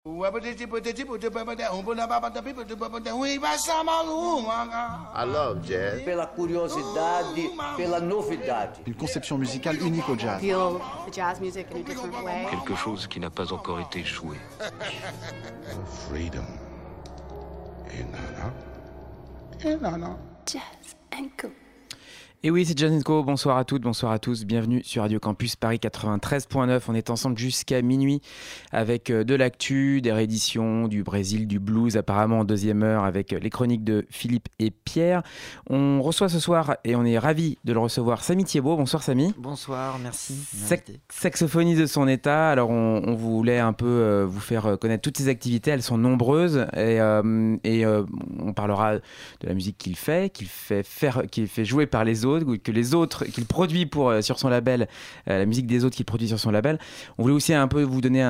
I love jazz. Pela curiosidade, pela novidade. Une conception musicale unique au jazz. Feel the jazz music in a different way. Quelque chose qui n'a pas encore été joué. Freedom. Et nana. Et nana. Jazz and Co. Et oui, c'est Jazz & Co. Bonsoir à toutes, bonsoir à tous. Bienvenue sur Radio Campus Paris 93.9. On est ensemble jusqu'à minuit avec de l'actu, des rééditions, du Brésil, du blues, apparemment en deuxième heure avec les chroniques de Philippe et Pierre. On reçoit ce soir, et on est ravis de le recevoir, Samy Thiebaud. Bonsoir Samy. Bonsoir, merci. Saxophoniste de son état. Alors on voulait un peu vous faire connaître toutes ses activités. Elles sont nombreuses et on parlera de la musique qu'il fait jouer par les autres, qu'il produit sur son label, la musique des autres qu'il produit sur son label. On voulait aussi un peu vous donner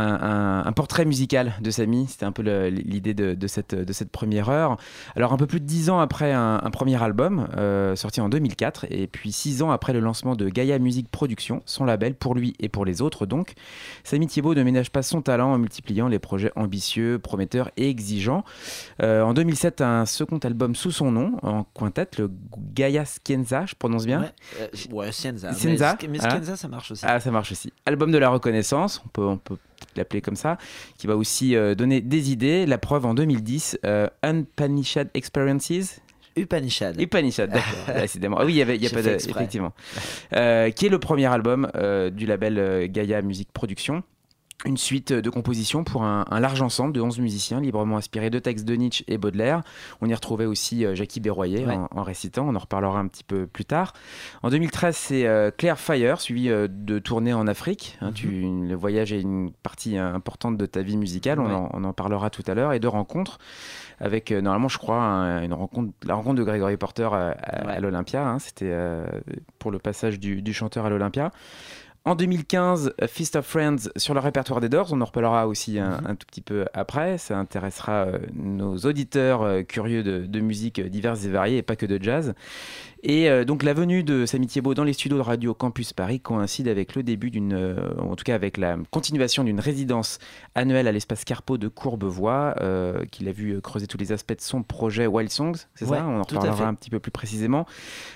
un portrait musical de Samy. C'était un peu l'idée de cette première heure. Alors un peu plus de 10 ans après un premier album sorti en 2004, et puis 6 ans après le lancement de Gaïa Music Production, son label pour lui et pour les autres donc, Samy Thiebaud ne ménage pas son talent en multipliant les projets ambitieux, prometteurs et exigeants. En 2007, un second album sous son nom, en quintette, le Gaïa Scienza, je prononce bien. Ouais, Scienza. Scienza. Mais Scienza, ça marche aussi. Ah, ça marche aussi. Album de la reconnaissance, on peut l'appeler comme ça, qui va aussi donner des idées. La preuve en 2010, Upanishad Experiences. Upanishad, d'accord. Décidément. Ah oui, il y a pas de, effectivement. Qui est le premier album du label Gaïa Music Production. Une suite de compositions pour un large ensemble de 11 musiciens librement inspirés de textes de Nietzsche et Baudelaire. On y retrouvait aussi Jackie Berroyer en récitant, on en reparlera un petit peu plus tard. En 2013, c'est Claire Fire, suivi de tournées en Afrique. Le voyage est une partie importante de ta vie musicale, on en parlera tout à l'heure, et de rencontres avec, normalement je crois, la rencontre de Gregory Porter à l'Olympia. C'était pour le passage du chanteur à l'Olympia. En 2015, Feast of Friends sur le répertoire des Doors, on en reparlera aussi un tout petit peu après, ça intéressera nos auditeurs curieux de musique diverses et variées et pas que de jazz. Et donc la venue de Samy Thiebaud dans les studios de Radio Campus Paris coïncide avec le début en tout cas avec la continuation d'une résidence annuelle à l'espace Carpeaux de Courbevoie, qu'il a vu creuser tous les aspects de son projet Wild Songs, c'est ça ? On en reparlera un petit peu plus précisément.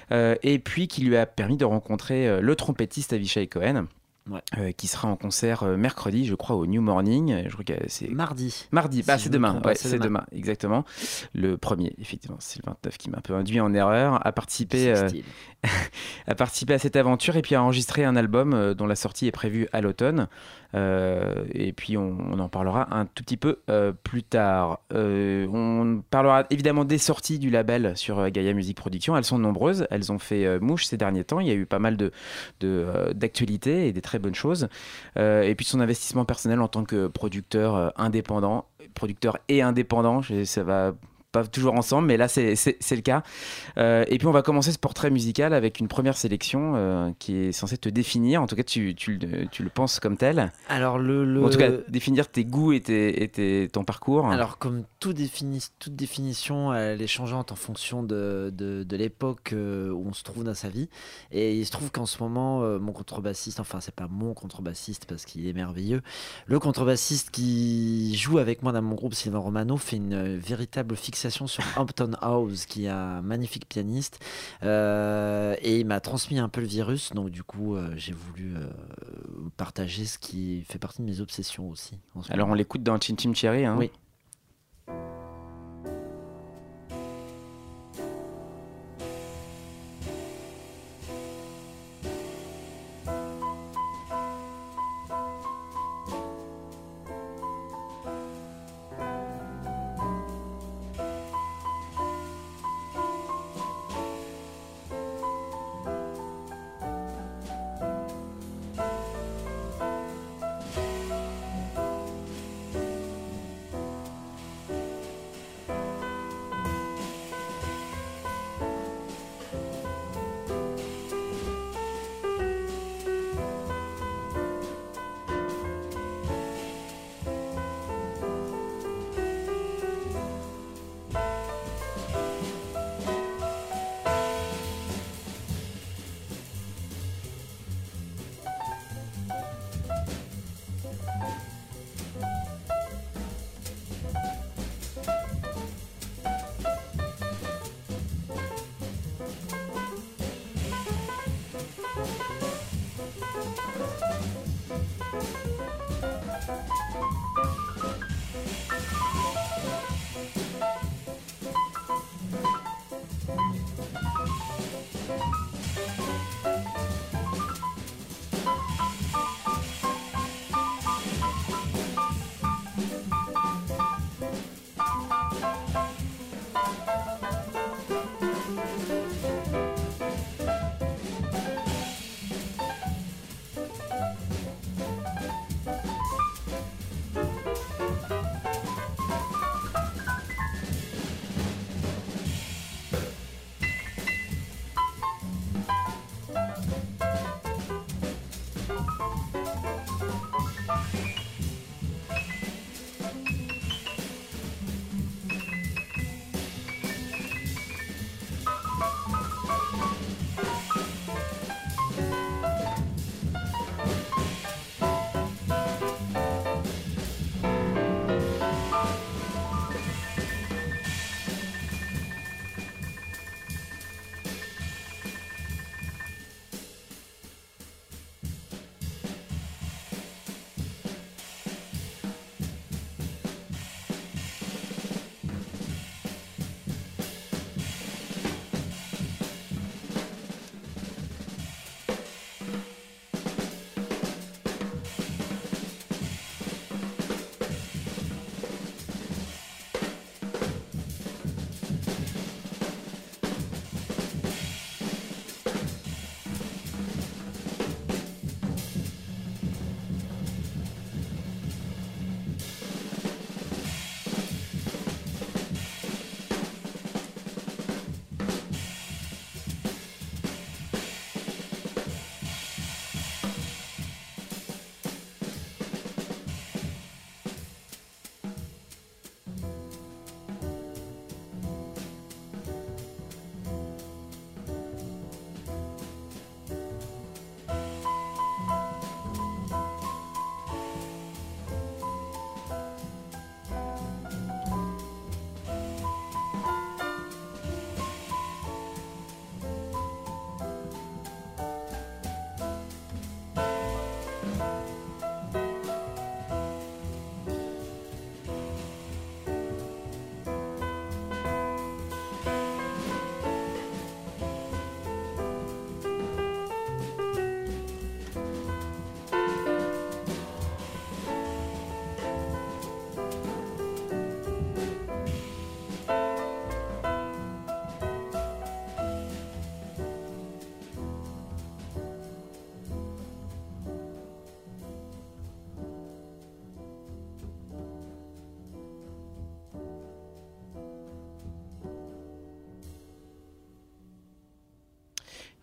Et puis qui lui a permis de rencontrer le trompettiste Avishai Cohen. Qui sera en concert mercredi, je crois, au New Morning. Je crois que c'est mardi. C'est demain. C'est demain, exactement. Le premier, effectivement, c'est le 29 qui m'a un peu induit en erreur. À participer à cette aventure et puis à enregistrer un album dont la sortie est prévue à l'automne. Et puis on en parlera un tout petit peu plus tard. On parlera évidemment des sorties du label sur Gaïa Music Production. Elles sont nombreuses, elles ont fait mouche ces derniers temps. Il y a eu pas mal d'actualités et des très bonnes choses. Et puis son investissement personnel en tant que producteur et indépendant, ça va pas toujours ensemble, mais là c'est le cas. Et puis on va commencer ce portrait musical avec une première sélection qui est censée te définir. En tout cas, tu le penses comme tel. Alors en tout cas, définir tes goûts et ton parcours. Alors comme toute définition, elle est changeante en fonction de l'époque où on se trouve dans sa vie. Et il se trouve qu'en ce moment, mon contrebassiste, enfin c'est pas mon contrebassiste parce qu'il est merveilleux, le contrebassiste qui joue avec moi dans mon groupe, Sylvain Romano, fait une véritable fixation sur Hampton House, qui est un magnifique pianiste, et il m'a transmis un peu le virus, donc du coup j'ai voulu partager ce qui fait partie de mes obsessions aussi. Alors on l'écoute dans Chin Chin Cherry, hein. Oui.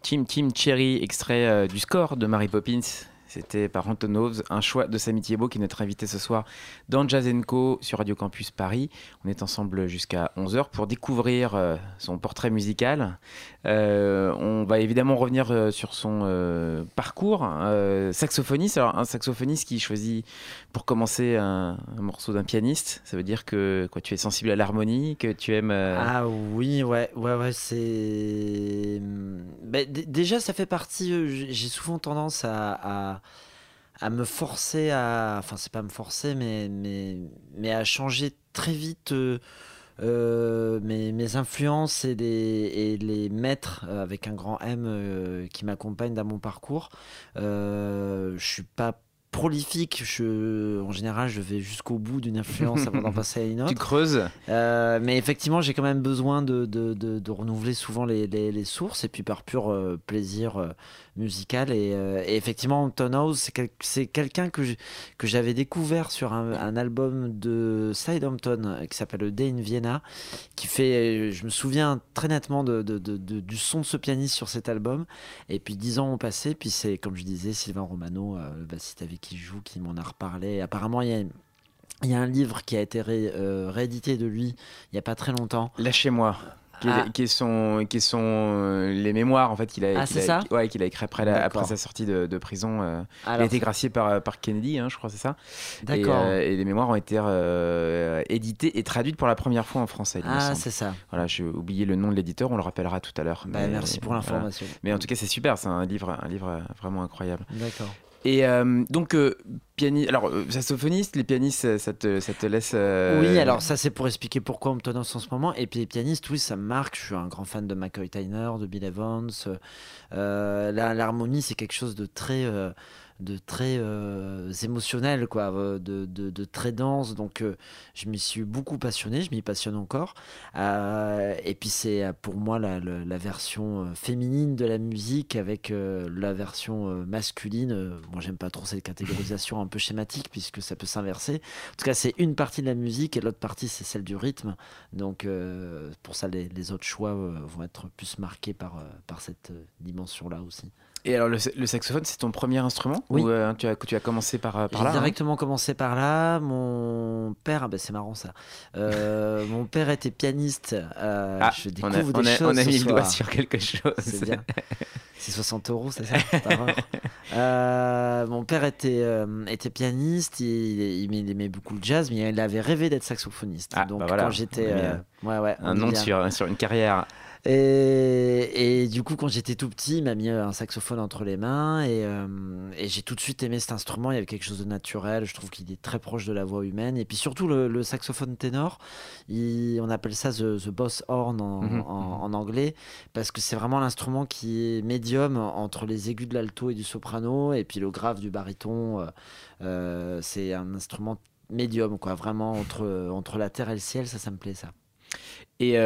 Team Cherry, extrait du score de Mary Poppins. C'était par Antonoves, un choix de Samy Thiebaud qui est notre invité ce soir dans Jazz & Co sur Radio Campus Paris. On est ensemble jusqu'à 11h pour découvrir son portrait musical. On va évidemment revenir sur son parcours. Saxophoniste, alors un saxophoniste qui choisit pour commencer un morceau d'un pianiste. Ça veut dire que quoi, tu es sensible à l'harmonie, que tu aimes... Ah oui, ouais, c'est... déjà, ça fait partie... j'ai souvent tendance à me forcer à... Enfin, c'est pas me forcer, mais à changer très vite mes influences et les maîtres avec un grand M qui m'accompagnent dans mon parcours. Je suis pas prolifique, en général je vais jusqu'au bout d'une influence avant d'en passer à une autre. Tu creuses. Mais effectivement j'ai quand même besoin de renouveler souvent les sources et puis par pur plaisir musical et effectivement Antonoves c'est quelqu'un que j'avais découvert sur un album de Sidehampton qui s'appelle A Day in Vienna qui fait, je me souviens très nettement du son de ce pianiste sur cet album et puis 10 ans ont passé puis c'est comme je disais Sylvain Romano le bassiste avec qui je joue qui m'en a reparlé. Apparemment il y a un livre qui a été réédité de lui il n'y a pas très longtemps. Lâchez-moi. Qui sont les mémoires en fait qu'il a écrit après sa sortie de prison. Il a été gracié par Kennedy, je crois, c'est ça. D'accord. Et les mémoires ont été éditées et traduites pour la première fois en français. C'est ça. Voilà, j'ai oublié le nom de l'éditeur, on le rappellera tout à l'heure. Merci pour l'information. Voilà. Mais en tout cas, c'est super, c'est un livre vraiment incroyable. D'accord. Et donc, alors, saxophoniste, les pianistes, ça te laisse... Oui, alors ça c'est pour expliquer pourquoi on me tendance en ce moment. Et puis les pianistes, oui, ça me marque. Je suis un grand fan de McCoy Tyner, de Bill Evans. L'harmonie, c'est quelque chose de très émotionnel, quoi, de très dense. Donc je m'y suis beaucoup passionné, je m'y passionne encore. Et puis c'est pour moi la version féminine de la musique avec la version masculine. Moi j'aime pas trop cette catégorisation un peu schématique puisque ça peut s'inverser. En tout cas c'est une partie de la musique et l'autre partie c'est celle du rythme. Donc pour ça les autres choix vont être plus marqués par cette dimension-là aussi. Et alors le saxophone, c'est ton premier instrument? Oui. Ou tu as commencé par là? J'ai directement commencé par là. Mon père, c'est marrant ça. Mon père était pianiste. Je découvre des choses. On a mis ce le doigt soir. sur quelque chose. C'est bien. C'est 60 €, c'est ça par heure. Mon père était pianiste. Il aimait beaucoup le jazz, mais il avait rêvé d'être saxophoniste. Donc voilà. quand j'étais, un nom sur une carrière. Et du coup, quand j'étais tout petit, il m'a mis un saxophone entre les mains et j'ai tout de suite aimé cet instrument. Il y avait quelque chose de naturel. Je trouve qu'il est très proche de la voix humaine. Et puis surtout, le saxophone ténor, on appelle ça the boss horn en anglais, parce que c'est vraiment l'instrument qui est médium entre les aigus de l'alto et du soprano, et puis le grave du baryton. C'est un instrument médium, quoi, vraiment entre la terre et le ciel. Ça me plaît, ça. Et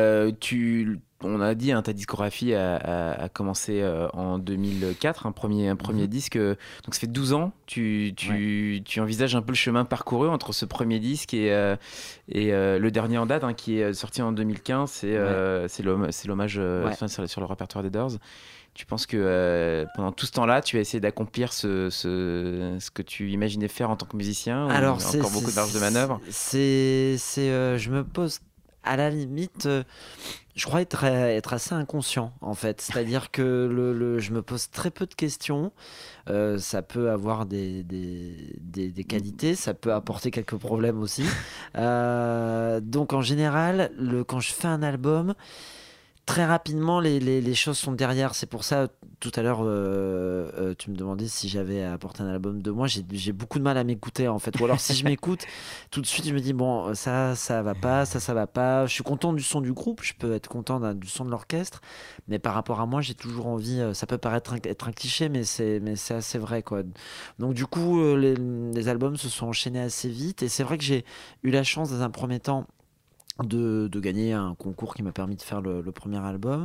on a dit, ta discographie a commencé en 2004, un premier disque. Donc ça fait 12 ans. Tu envisages un peu le chemin parcouru entre ce premier disque et le dernier en date, qui est sorti en 2015. C'est l'hommage sur le répertoire des Doors. Tu penses que pendant tout ce temps-là, tu as essayé d'accomplir ce que tu imaginais faire en tant que musicien? Alors, encore beaucoup de marge de manœuvre? Je me pose à la limite, je crois être assez inconscient en fait. C'est-à-dire que je me pose très peu de questions. Ça peut avoir des qualités, ça peut apporter quelques problèmes aussi. Donc en général, quand je fais un album, très rapidement, les choses sont derrière. C'est pour ça, tout à l'heure, tu me demandais si j'avais apporté un album de moi. J'ai beaucoup de mal à m'écouter, en fait. Ou alors, si je m'écoute, tout de suite, je me dis, bon, ça va pas, ça va pas. Je suis content du son du groupe, je peux être content du son de l'orchestre. Mais par rapport à moi, j'ai toujours envie... ça peut paraître être un cliché, mais c'est assez vrai, quoi. Donc, du coup, les albums se sont enchaînés assez vite. Et c'est vrai que j'ai eu la chance, dans un premier temps, de gagner un concours qui m'a permis de faire le premier album,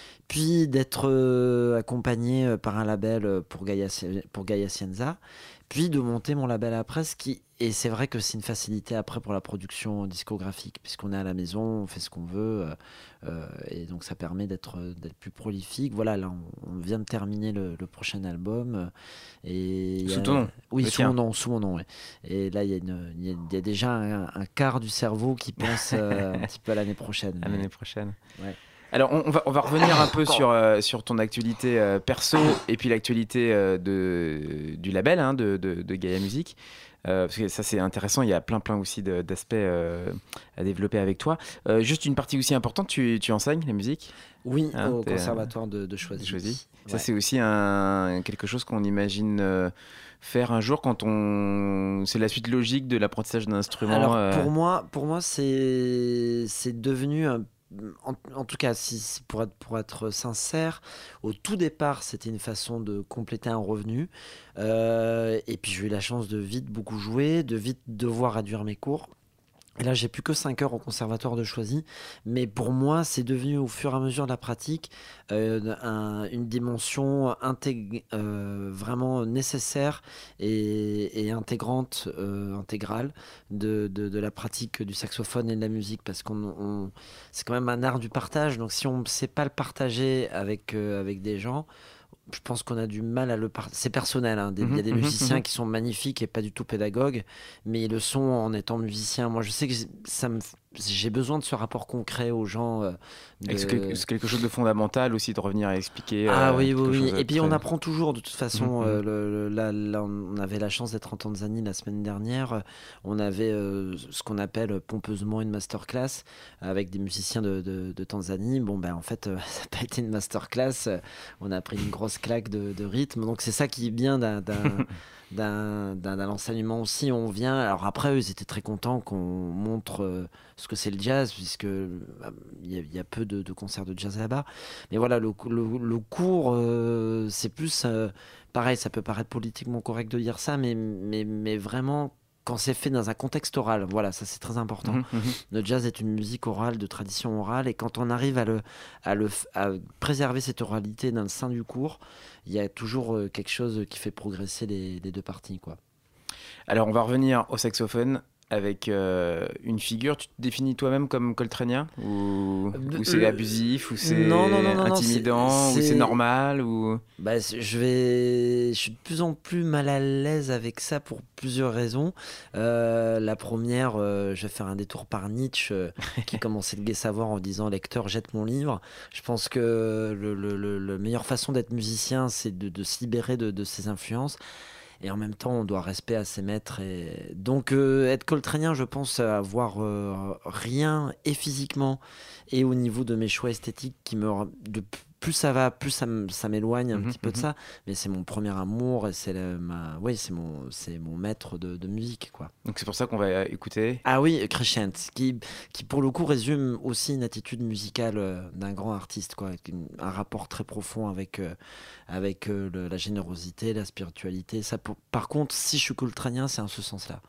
puis d'être accompagné par un label pour Gaia Cienza, puis de monter mon label après, et c'est vrai que c'est une facilité après pour la production discographique, puisqu'on est à la maison, on fait ce qu'on veut, et donc ça permet d'être plus prolifique. Voilà, là on vient de terminer le prochain album. Et sous ton nom? Oui, sous mon nom. Ouais. Et là, il y a déjà un quart du cerveau qui pense un petit peu à l'année prochaine. À l'année prochaine. Ouais. Alors, on va revenir un peu sur ton actualité perso et puis l'actualité du label de Gaïa Musique. Parce que ça, c'est intéressant. Il y a plein aussi d'aspects à développer avec toi. Juste une partie aussi importante, tu enseignes la musique? Oui, au conservatoire de Choisy. Ouais. Ça, Ouais. c'est aussi quelque chose qu'on imagine faire un jour quand c'est la suite logique de l'apprentissage d'un instrument. Alors, pour moi c'est devenu en tout cas, pour être sincère, au tout départ, c'était une façon de compléter un revenu. Et puis, j'ai eu la chance de vite beaucoup jouer, de vite devoir réduire mes cours. Et là, j'ai plus que 5 heures au conservatoire de Choisy. Mais pour moi, c'est devenu au fur et à mesure de la pratique une dimension vraiment nécessaire et intégrante, intégrale de la pratique du saxophone et de la musique. Parce qu'on c'est quand même un art du partage. Donc si on ne sait pas le partager avec des gens, je pense qu'on a du mal à le partager. C'est personnel, hein. Il y a des musiciens qui sont magnifiques et pas du tout pédagogues, mais ils le sont en étant musiciens. Moi, je sais que j'ai besoin de ce rapport concret aux gens. C'est quelque chose de fondamental aussi, de revenir à expliquer. Oui. Et puis on apprend toujours, de toute façon. Là, on avait la chance d'être en Tanzanie la semaine dernière. On avait ce qu'on appelle pompeusement une masterclass avec des musiciens de Tanzanie. Bon, ben en fait, ça n'a pas été une masterclass. On a pris une grosse claque de rythme. Donc c'est ça qui est bien d'un enseignement aussi. On vient. Alors après, eux, ils étaient très contents qu'on montre ce que c'est le jazz, puisque il y a peu de concerts de jazz là-bas. Mais voilà, le cours, c'est plus pareil. Ça peut paraître politiquement correct de dire ça, mais vraiment, quand c'est fait dans un contexte oral, voilà, ça c'est très important. Le jazz est une musique orale, de tradition orale, et quand on arrive à préserver cette oralité dans le sein du cours, il y a toujours quelque chose qui fait progresser les deux parties, quoi. Alors, on va revenir au saxophone avec une figure. Tu te définis toi-même comme coltranien ou c'est abusif, ou c'est intimidant, ou c'est normal, ou... Je suis de plus en plus mal à l'aise avec ça pour plusieurs raisons. La première, je vais faire un détour par Nietzsche qui commençait le gai savoir en disant « Lecteur, jette mon livre ». Je pense que la meilleure façon d'être musicien, c'est de se libérer de ses influences. Et en même temps, on doit respect à ses maîtres. Et donc, être coltranien, je pense avoir rien, et physiququement, et au niveau de mes choix esthétiques, plus ça va, plus ça m'éloigne un petit peu de ça. Mais c'est mon premier amour, et c'est mon maître de musique, quoi. Donc c'est pour ça qu'on va écouter. Ah oui, Crescent, qui pour le coup résume aussi une attitude musicale d'un grand artiste, quoi. Un rapport très profond avec la générosité, la spiritualité. Ça, par contre, si je suis coltranien, c'est en ce sens-là.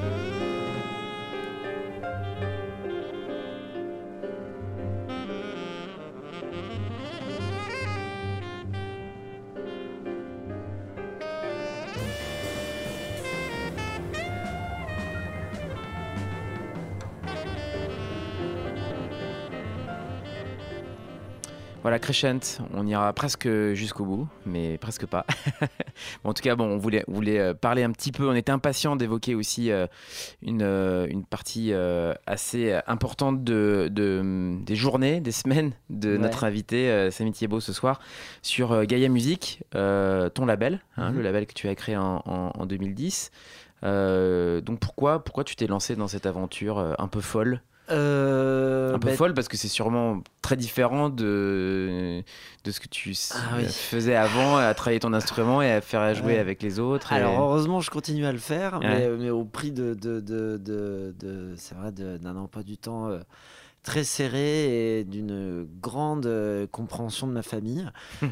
Voilà, Crescent, on ira presque jusqu'au bout, mais presque pas. Bon, en tout cas, on voulait parler un petit peu, on était impatient d'évoquer aussi une partie assez importante des journées, des semaines de notre invité, Samy Thiebaud, ce soir, sur Gaïa Musique, ton label, le label que tu as créé en 2010. Donc pourquoi tu t'es lancé dans cette aventure un peu folle? Un peu folle parce que c'est sûrement très différent de ce que tu faisais avant, à travailler ton instrument et à faire jouer avec les autres. Alors heureusement je continue à le faire, mais au prix c'est vrai, d'un emploi du temps très serré et d'une grande compréhension de ma famille.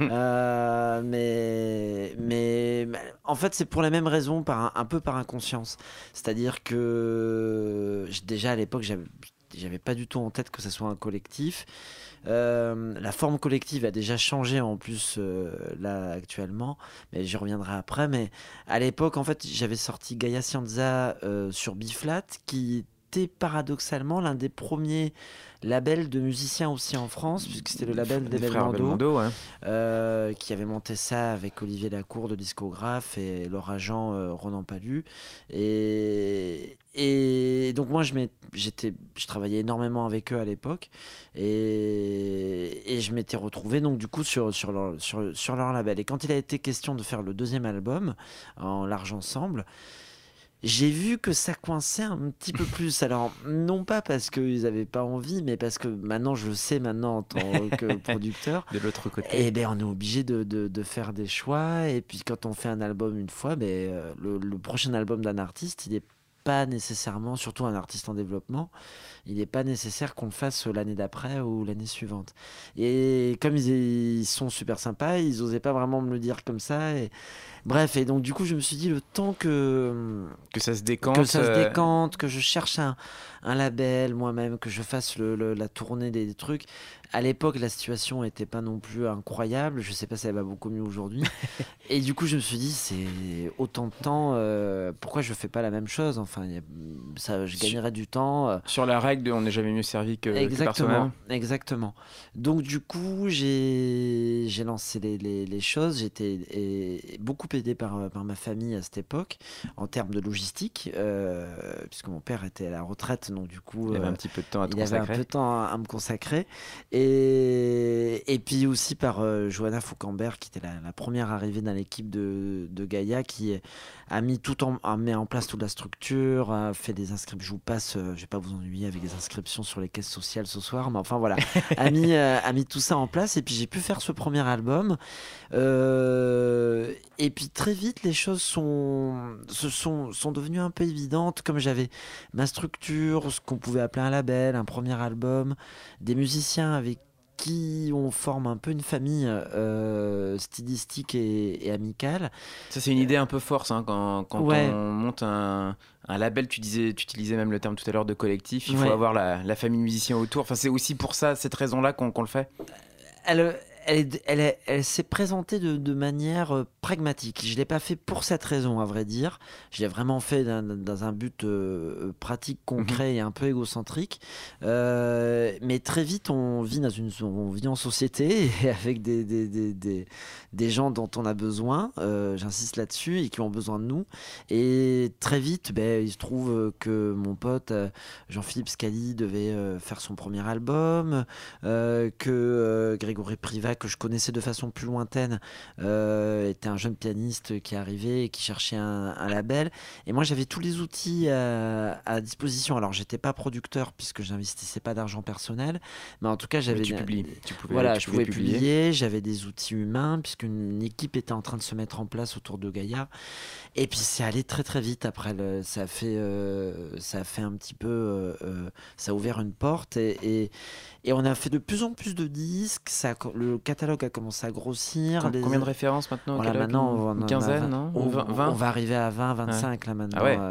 Mais en fait, c'est pour la même raison, un peu par inconscience. C'est-à-dire que déjà à l'époque, j'avais pas du tout en tête que ce soit un collectif. La forme collective a déjà changé en plus là actuellement, mais j'y reviendrai après. Mais à l'époque, en fait, j'avais sorti Gaïa Scienza sur B-Flat, qui était paradoxalement l'un des premiers labels de musiciens aussi en France, puisque c'était le label des Belmondo, qui avait monté ça avec Olivier Lacour de discographe et leur agent Ronan Palu. Et donc moi je travaillais énormément avec eux à l'époque et je m'étais retrouvé donc du coup sur leur label. Et quand il a été question de faire le deuxième album en large ensemble, j'ai vu que ça coinçait un petit peu plus. Alors, non pas parce qu'ils n'avaient pas envie, mais parce que maintenant, je le sais en tant que producteur. De l'autre côté. Et on est obligé de faire des choix. Et puis, quand on fait un album une fois, le prochain album d'un artiste, il n'est pas nécessairement, surtout un artiste en développement, il n'est pas nécessaire qu'on le fasse l'année d'après ou l'année suivante. Et comme ils sont super sympas, ils n'osaient pas vraiment me le dire comme ça. Bref, et donc du coup, je me suis dit, le temps que ça se décante, que je cherche un label moi-même, que je fasse la tournée des trucs. À l'époque, la situation n'était pas non plus incroyable. Je ne sais pas si elle va beaucoup mieux aujourd'hui. Et du coup, je me suis dit, c'est autant de temps, pourquoi je ne fais pas la même chose? Enfin, je gagnerais du temps. Sur la règle de on n'est jamais mieux servi que par soi-même. Exactement. Donc du coup, j'ai lancé les choses. J'étais beaucoup aidé par ma famille à cette époque, en termes de logistique, puisque mon père était à la retraite, donc du coup... Il avait un petit peu de temps à te consacrer. Il avait un peu de temps à me consacrer. Et puis aussi par Johanna Faucambert, qui était la première arrivée dans l'équipe de Gaïa, qui a mis en place toute la structure, a fait des inscriptions. Je vous passe, je vais pas vous ennuyer avec des inscriptions sur les caisses sociales ce soir, mais enfin voilà, a mis tout ça en place. Et puis j'ai pu faire ce premier album. Et puis très vite, les choses sont devenues un peu évidentes. Comme j'avais ma structure, ce qu'on pouvait appeler un label, un premier album, des musiciens avec qui on forme un peu une famille stylistique et amicale. Ça, c'est une idée un peu force, quand on monte un label. Tu utilisais même le terme tout à l'heure de collectif. Il faut avoir la famille musicien autour. Enfin, c'est aussi pour cette raison-là qu'on le fait. Elle s'est présentée de manière pragmatique. Je ne l'ai pas fait pour cette raison, à vrai dire. Je l'ai vraiment fait dans un but pratique, concret et un peu égocentrique. Mais très vite, on vit en société et avec des gens dont on a besoin, j'insiste là-dessus, et qui ont besoin de nous. Et très vite, il se trouve que mon pote Jean-Philippe Scali devait faire son premier album, que Grégory Privat, que je connaissais de façon plus lointaine, était un jeune pianiste qui arrivait et qui cherchait un label. Et moi, j'avais tous les outils à disposition. Alors, j'étais pas producteur puisque je n'investissais pas d'argent personnel, mais en tout cas, j'avais... Tu publies. Je pouvais publier. J'avais des outils humains puisqu'une équipe était en train de se mettre en place autour de Gaïa. Et puis, c'est allé très très vite. Après, ça a fait un petit peu... ça a ouvert une porte et on a fait de plus en plus de disques. Le catalogue a commencé à grossir. Combien de références maintenant au Voilà, catalogue? maintenant, on Une quinzaine, non? on 20? va arriver à 20, 25 là maintenant. Ah ouais.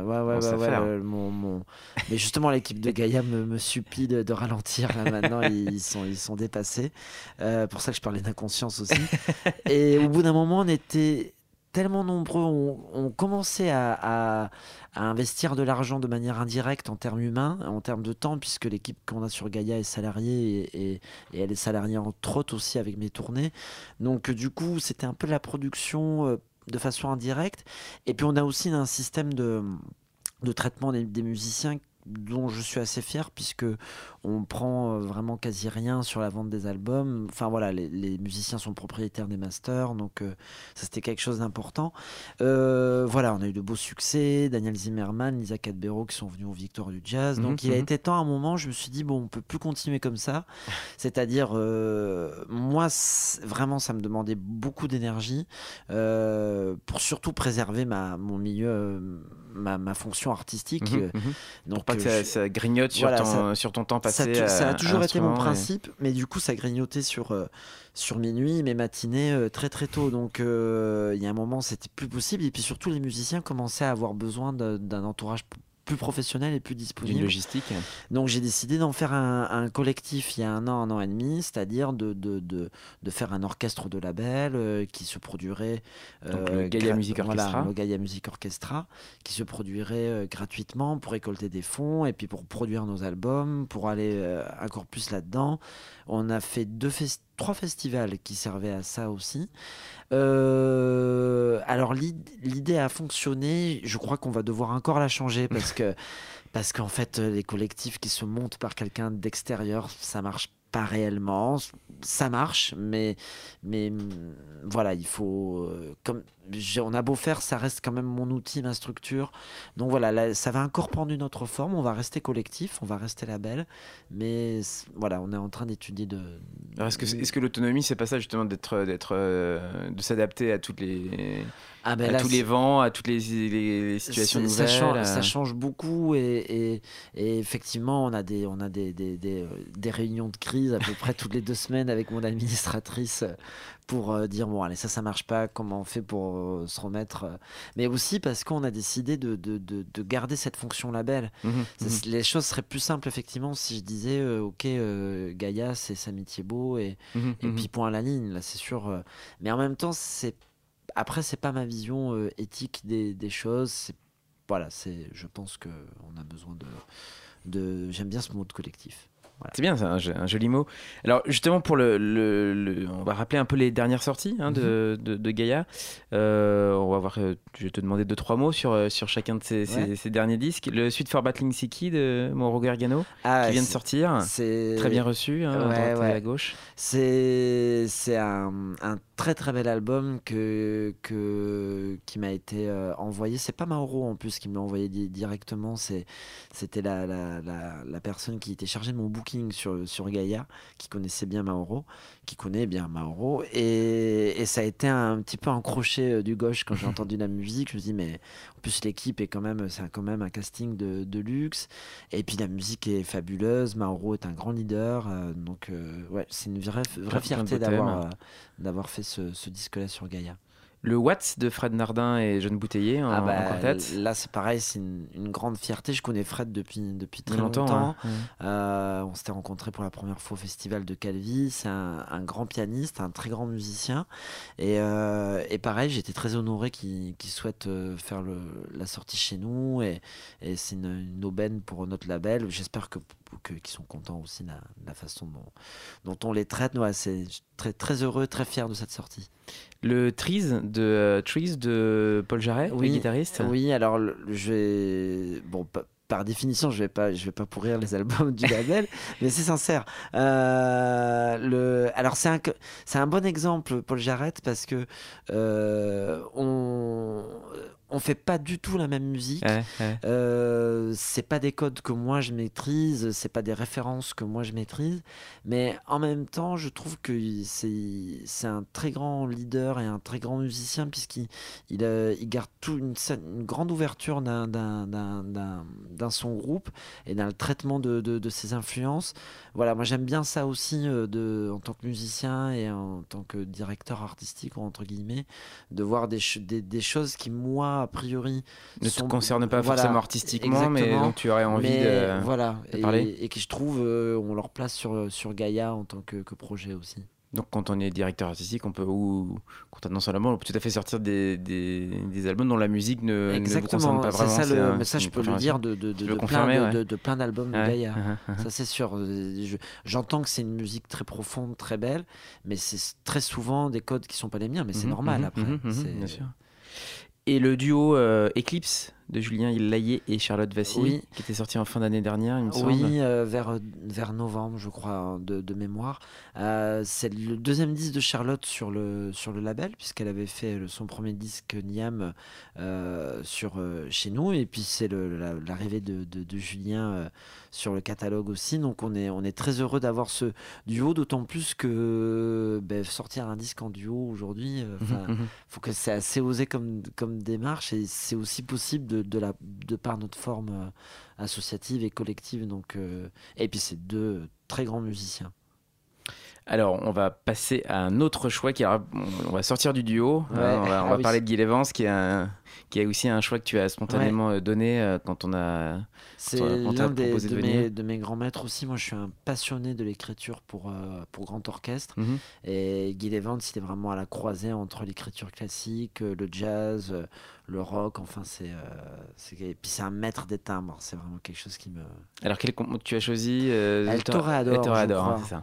Mais justement, l'équipe de Gaïa me supplie de ralentir là maintenant. Ils sont dépassés. Pour ça que je parlais d'inconscience aussi. Et au bout d'un moment, on était tellement nombreux, on commençait à investir de l'argent de manière indirecte en termes humains, en termes de temps, puisque l'équipe qu'on a sur Gaïa est salariée et elle est salariée entre autres aussi avec mes tournées. Donc du coup, c'était un peu de la production de façon indirecte. Et puis on a aussi un système de traitement des musiciens dont je suis assez fier, puisque on prend vraiment quasi rien sur la vente des albums. Enfin voilà, les musiciens sont propriétaires des masters, donc ça c'était quelque chose d'important. Voilà, on a eu de beaux succès, Daniel Zimmerman, Lisa Cadbero qui sont venus aux Victoires du Jazz. Donc il a été temps à un moment, je me suis dit bon, on peut plus continuer comme ça. C'est-à-dire moi vraiment ça me demandait beaucoup d'énergie pour surtout préserver mon milieu, ma fonction artistique. Donc pas que ça grignote sur ton temps passé. Ça a toujours été mon principe, mais du coup ça grignotait sur minuit, mes matinées très très tôt. Donc il y a un moment c'était plus possible, et puis surtout les musiciens commençaient à avoir besoin d'un entourage plus professionnel et plus disponible. D'une logistique. Donc j'ai décidé d'en faire un collectif il y a un an et demi, c'est-à-dire de faire un orchestre de label qui se produirait... Donc le Gaïa Music Orchestra. Voilà, le Gaïa Music Orchestra, qui se produirait gratuitement pour récolter des fonds et puis pour produire nos albums, pour aller encore plus là-dedans. On a fait 3 festivals qui servaient à ça aussi. Alors l'idée a fonctionné, je crois qu'on va devoir encore la changer parce qu'en fait les collectifs qui se montent par quelqu'un d'extérieur, ça marche pas réellement. Ça marche, mais voilà, il faut on a beau faire, ça reste quand même mon outil, ma structure. Donc voilà, là, ça va encore prendre une autre forme. On va rester collectif, on va rester label, mais voilà, on est en train d'étudier Alors est-ce que l'autonomie, c'est pas ça justement de s'adapter à toutes les tous les vents, à toutes les situations nouvelles. Ça change beaucoup et effectivement, on a des réunions de crise à peu près toutes les 2 semaines avec mon administratrice pour dire bon allez, ça marche pas, comment on fait pour se remettre, mais aussi parce qu'on a décidé de garder cette fonction label. Les choses seraient plus simples effectivement si je disais ok, Gaïa c'est Samy Thiebaud et puis point à la ligne, là c'est sûr, mais en même temps c'est pas ma vision éthique des choses. Voilà, je pense qu'on a besoin j'aime bien ce mot de collectif. Voilà. C'est bien, c'est un joli mot. Alors justement pour on va rappeler un peu les dernières sorties de Gaïa. On va voir. Je vais te demander 2-3 mots sur chacun de ces derniers disques. Le Suite for Battling Siki de Mauro Gargano qui vient de sortir. C'est très bien reçu, à droite et à gauche. C'est un très très bel album qui m'a été envoyé. C'est pas Mauro en plus qui me l'a envoyé directement. C'était la personne qui était chargée de mon bouquin sur Gaïa, qui connaissait bien Mauro, qui connaît bien Mauro, et ça a été un petit peu un crochet du gauche quand j'ai entendu la musique. Je me dis mais en plus l'équipe c'est quand même un casting de luxe, et puis la musique est fabuleuse. Mauro est un grand leader, donc c'est une vraie fierté d'avoir fait ce disque-là sur Gaïa. Le Watts de Fred Nardin et Jeanne Bouteiller en quartet. Là c'est pareil, c'est une grande fierté. Je connais Fred depuis très longtemps. On s'était rencontrés pour la première fois au festival de Calvi. C'est un grand pianiste, un très grand musicien, et pareil, j'étais très honoré qu'il souhaite faire la sortie chez nous, et c'est une aubaine pour notre label. J'espère qu'ils sont contents aussi de la façon dont on les traite. C'est très, très heureux, très fier de cette sortie. Le Trees de Paul Jarret, le guitariste. Oui, alors par définition, je vais pas pourrir les albums du label, mais c'est sincère. Alors c'est un bon exemple, Paul Jarret, parce que on fait pas du tout la même musique. Ouais. C'est pas des codes que moi je maîtrise, c'est pas des références que moi je maîtrise, mais en même temps, je trouve que c'est un très grand leader et un très grand musicien puisqu'il garde une grande ouverture d'un son groupe et dans le traitement de ses influences. Voilà, moi j'aime bien ça aussi en tant que musicien et en tant que directeur artistique entre guillemets, de voir des choses qui moi a priori ne te concerne pas forcément artistiquement, mais dont tu aurais envie de parler. Et qui je trouve on leur place sur Gaïa en tant que projet aussi. Donc quand on est directeur artistique, on peut, ou quand on annonce un album, on peut tout à fait sortir des albums dont la musique ne vous concerne pas vraiment. C'est ça mais ça je peux le dire de plein d'albums de Gaïa. Ça c'est sûr. J'entends que c'est une musique très profonde, très belle, mais c'est très souvent des codes qui sont pas les miens, mais c'est normal après. Bien sûr. Et le duo Eclipse de Julien Laillé et Charlotte Vassy, qui était sorti en fin d'année dernière, il me semble. Oui, vers novembre, je crois, de mémoire. C'est le deuxième disque de Charlotte sur le label, puisqu'elle avait fait son premier disque Niam chez nous, et puis c'est l'arrivée de Julien sur le catalogue aussi. Donc on est très heureux d'avoir ce duo, d'autant plus que sortir un disque en duo aujourd'hui, faut que c'est assez osé comme démarche, et c'est aussi possible de par notre forme associative et collective. Donc, et puis c'est deux très grands musiciens. Alors, on va passer à un autre choix. On va sortir du duo. Ouais. On va parler de Guy Lévence, qui est aussi un choix que tu as spontanément donné quand on a. C'est l'un de mes grands maîtres aussi. Moi, je suis un passionné de l'écriture pour grand orchestre. Et Guy Lévence, il est vraiment à la croisée entre l'écriture classique, le jazz, le rock. Enfin, et puis c'est un maître des timbres. C'est vraiment quelque chose qui me. Alors, tu as choisi El Toreador, c'est ça.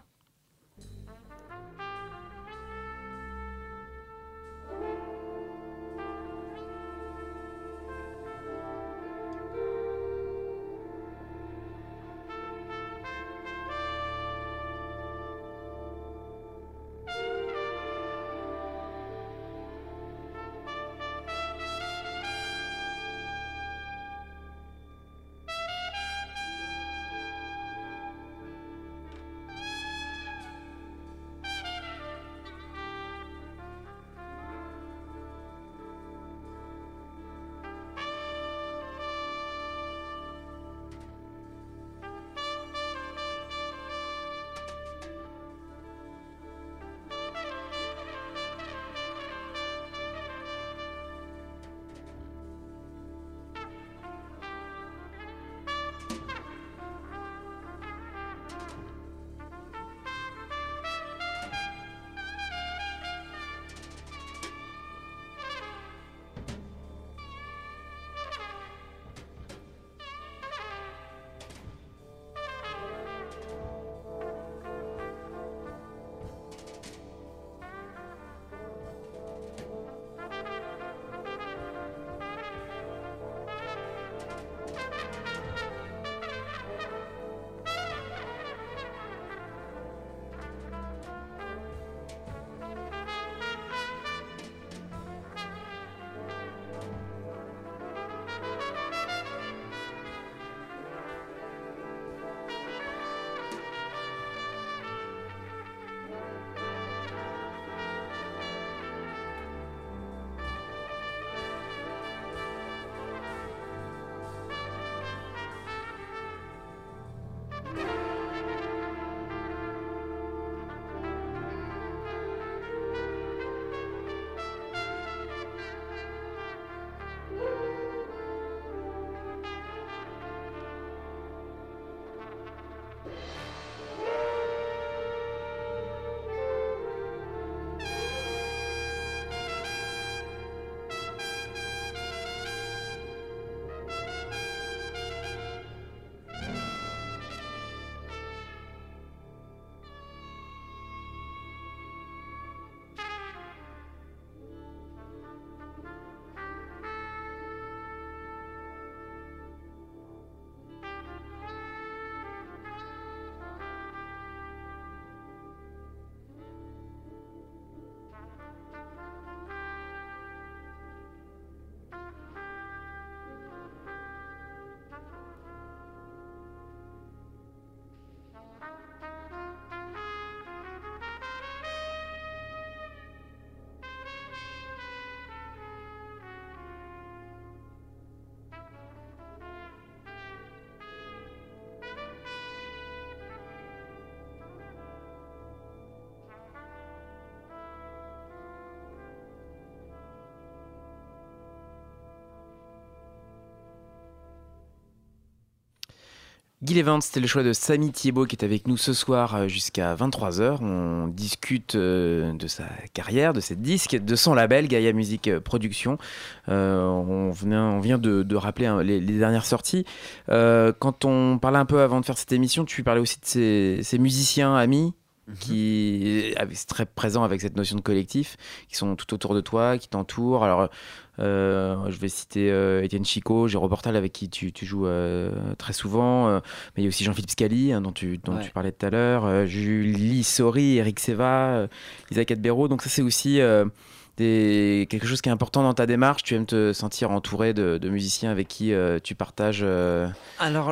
Guy Lévent, c'était le choix de Samy Thiebaud qui est avec nous ce soir jusqu'à 23h. On discute de sa carrière, de ses disques, de son label Gaïa Musique Production. On vient de rappeler les dernières sorties. Quand on parlait un peu avant de faire cette émission, tu parlais aussi de ces musiciens amis qui est très présent avec cette notion de collectif, qui sont tout autour de toi, qui t'entourent. Alors, je vais citer Étienne Chicot, Géraud Portal avec qui tu joues très souvent, mais il y a aussi Jean-Philippe Scali dont tu parlais tout à l'heure, Julie Sori, Eric Seva, Isaac Adbero. Donc ça c'est aussi quelque chose qui est important dans ta démarche. Tu aimes te sentir entouré de musiciens avec qui tu partages. Alors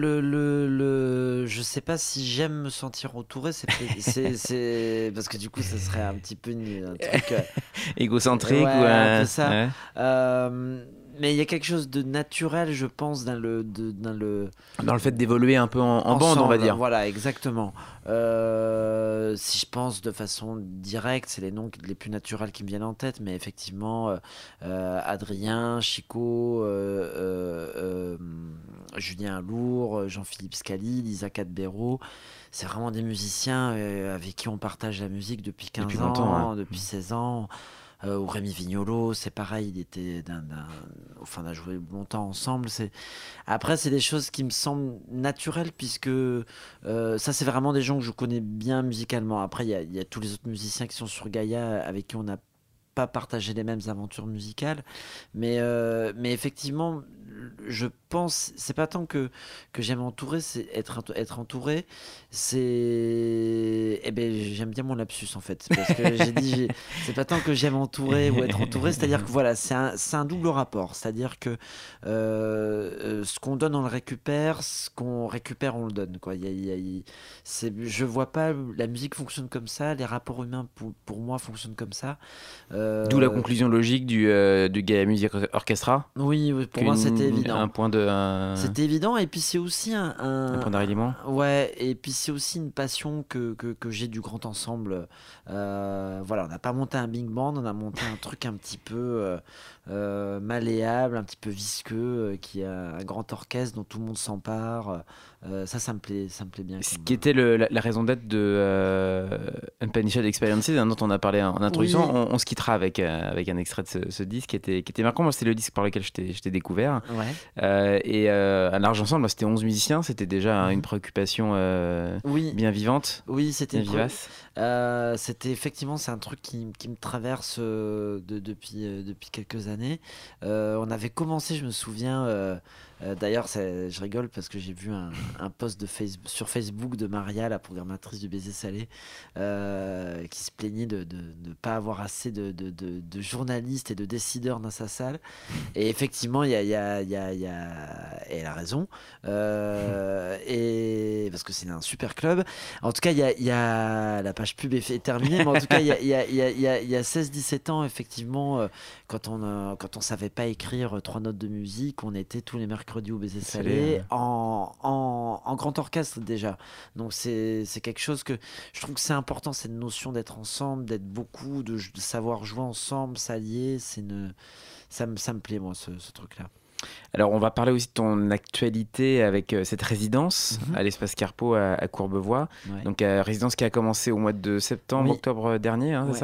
je sais pas si j'aime me sentir entouré, c'est parce que du coup ça serait un petit peu un truc égocentrique, ouais, ou un peu ça. Ouais. Mais il y a quelque chose de naturel, je pense, dans le fait d'évoluer un peu en bande, on va dire. Voilà, exactement. Si je pense de façon directe, c'est les noms les plus naturels qui me viennent en tête, mais effectivement, Adrien, Chico, Julien Lourd, Jean-Philippe Scali, Lisa Cadbero, c'est vraiment des musiciens avec qui on partage la musique depuis 15 depuis ans, longtemps, ouais. Depuis 16 ans. Ou Rémi Vignolo, c'est pareil, il était on a joué longtemps ensemble. Après, c'est des choses qui me semblent naturelles, puisque ça, c'est vraiment des gens que je connais bien musicalement. Après, il y a tous les autres musiciens qui sont sur Gaïa, avec qui on n'a pas partagé les mêmes aventures musicales. Mais effectivement, je pense, c'est pas tant que j'aime entourer, c'est être entouré. J'aime bien mon lapsus en fait, parce que j'ai dit, c'est pas tant que j'aime entourer ou être entouré, c'est-à-dire que voilà, c'est un double rapport, c'est-à-dire que ce qu'on donne on le récupère, ce qu'on récupère on le donne, quoi. Je vois pas, la musique fonctionne comme ça, les rapports humains pour moi fonctionnent comme ça. D'où la conclusion logique du Gaïa Music Orchestra. Oui, pour moi c'était évident. Un point C'était évident, et puis c'est aussi un point d'arrilement. Ouais, et puis c'est aussi une passion que j'ai du grand ensemble. Voilà, on n'a pas monté un big band, on a monté un truc un petit peu malléable, un petit peu visqueux, qui a un grand orchestre dont tout le monde s'empare. Ça me plaît bien. Ce qui était la raison d'être de Unpunished Experiences, dont on a parlé en introduction. Oui. On se quittera avec un extrait de ce disque qui était marquant. Moi, c'est le disque par lequel je t'ai découvert. Ouais. Et un large ensemble, c'était 11 musiciens. C'était déjà une préoccupation bien vivante. Oui, c'était bien vivace. C'était effectivement, c'est un truc qui me traverse depuis quelques années. On avait commencé, je me souviens. D'ailleurs, je rigole parce que j'ai vu un post sur Facebook de Maria, la programmatrice du Baiser Salé, qui se plaignait de ne pas avoir assez de journalistes et de décideurs dans sa salle. Et effectivement, elle a raison. Et parce que c'est un super club. En tout cas, la page pub est terminée, mais en tout cas, il y a 16-17 ans, effectivement, quand on savait pas écrire 3 notes de musique, on était tous les mercredis au Baiser Salé en grand orchestre déjà. Donc c'est quelque chose que je trouve que c'est important, cette notion d'être ensemble, d'être beaucoup, de savoir jouer ensemble, s'allier. Ça me plaît, moi, ce truc-là. Alors, on va parler aussi de ton actualité avec cette résidence à l'Espace Carpeaux à Courbevoie. Ouais. Donc, résidence qui a commencé au mois de septembre, octobre dernier, c'est ça ?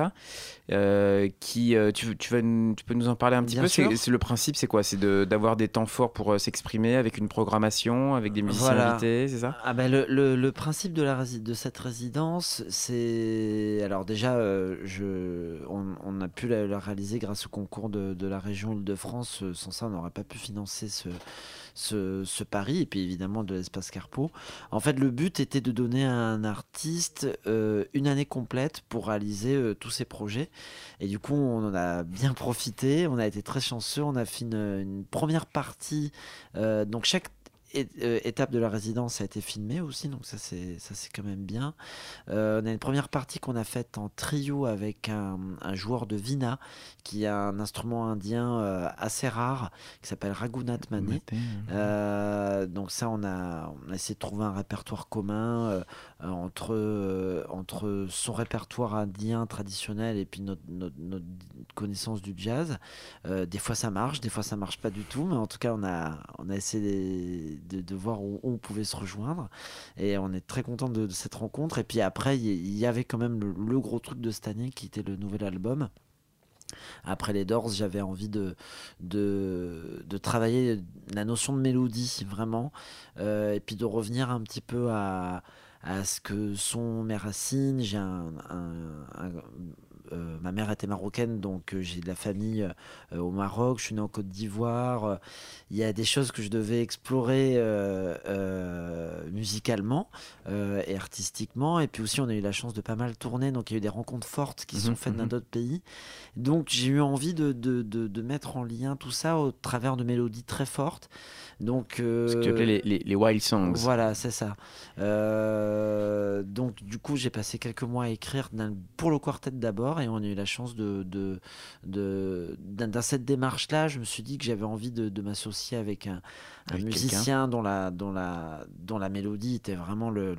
Tu peux nous en parler un petit peu ? C'est le principe, c'est quoi ? C'est d'avoir des temps forts pour s'exprimer avec une programmation, avec des musiciens invités, c'est ça ? Le principe de cette résidence, c'est... Alors déjà, on a pu la réaliser grâce au concours de la région Île-de-France. Sans ça, on n'aurait pas pu financer ce pari, et puis évidemment de l'Espace Carpeaux. En fait, le but était de donner à un artiste une année complète pour réaliser tous ses projets. Et du coup, on en a bien profité, on a été très chanceux, on a fait une première partie. Donc chaque étape de la résidence a été filmée aussi, donc ça c'est quand même bien. On a une première partie qu'on a faite en trio avec un joueur de Vina, qui a un instrument indien assez rare qui s'appelle Raghunath Mané. Donc ça, on a essayé de trouver un répertoire commun entre son répertoire indien traditionnel et puis notre connaissance du jazz. Des fois ça marche, des fois ça marche pas du tout, mais en tout cas on a essayé de voir où on pouvait se rejoindre. Et on est très content de cette rencontre. Et puis après, il y avait quand même le gros truc de cette année qui était le nouvel album. Après les Doors, j'avais envie de travailler la notion de mélodie, vraiment, et puis de revenir un petit peu à ce que sont mes racines. Ma mère était marocaine, donc j'ai de la famille au Maroc, je suis né en Côte d'Ivoire. Il y a des choses que je devais explorer musicalement et artistiquement. Et puis aussi, on a eu la chance de pas mal tourner, donc il y a eu des rencontres fortes qui sont faites dans d'autres pays. Donc j'ai eu envie de mettre en lien tout ça au travers de mélodies très fortes. Donc, ce que tu appelais les wild songs. Voilà, c'est ça. Donc du coup, j'ai passé quelques mois à écrire pour le quartet d'abord, et on a eu la chance dans cette démarche-là, je me suis dit que j'avais envie de m'associer avec un musicien dont la mélodie était vraiment le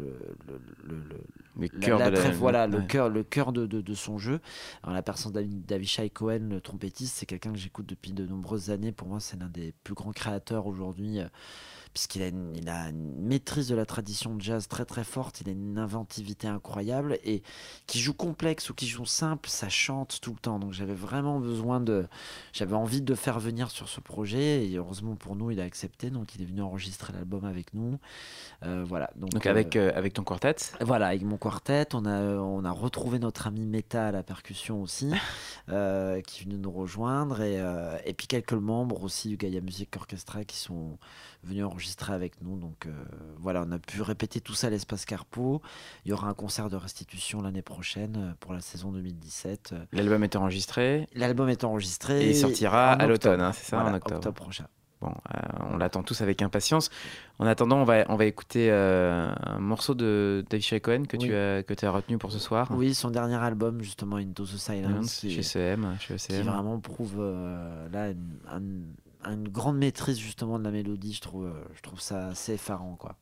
cœur de son jeu. Alors, la personne d'Avishai Cohen, le trompettiste, c'est quelqu'un que j'écoute depuis de nombreuses années. Pour moi, c'est l'un des plus grands créateurs aujourd'hui, puisqu'il a une maîtrise de la tradition de jazz très très forte. Il a une inventivité incroyable, et qui joue complexe ou qui joue simple, ça chante tout le temps. Donc j'avais vraiment j'avais envie de le faire venir sur ce projet, et heureusement pour nous, il a accepté. Donc il est venu enregistrer l'album avec nous. Voilà. Donc avec ton quartet. Voilà, avec mon quartet, on a retrouvé notre ami Meta à la percussion aussi, qui est venu nous rejoindre, et puis quelques membres aussi du Gaia Music Orchestra qui sont venus enregistrer avec nous. Donc voilà, on a pu répéter tout ça à l'Espace Carpeaux. Il y aura un concert de restitution l'année prochaine pour la saison 2017. L'album est enregistré. Et il sortira à l'automne, hein, c'est ça, voilà, en octobre prochain. Bon, on l'attend tous avec impatience. En attendant, on va écouter un morceau de d'Avishai Cohen que tu as retenu pour ce soir. Oui, son dernier album, justement, Into the Silence, chez ECM. Qui vraiment prouve là une grande maîtrise justement de la mélodie. Je trouve ça assez effarant, quoi.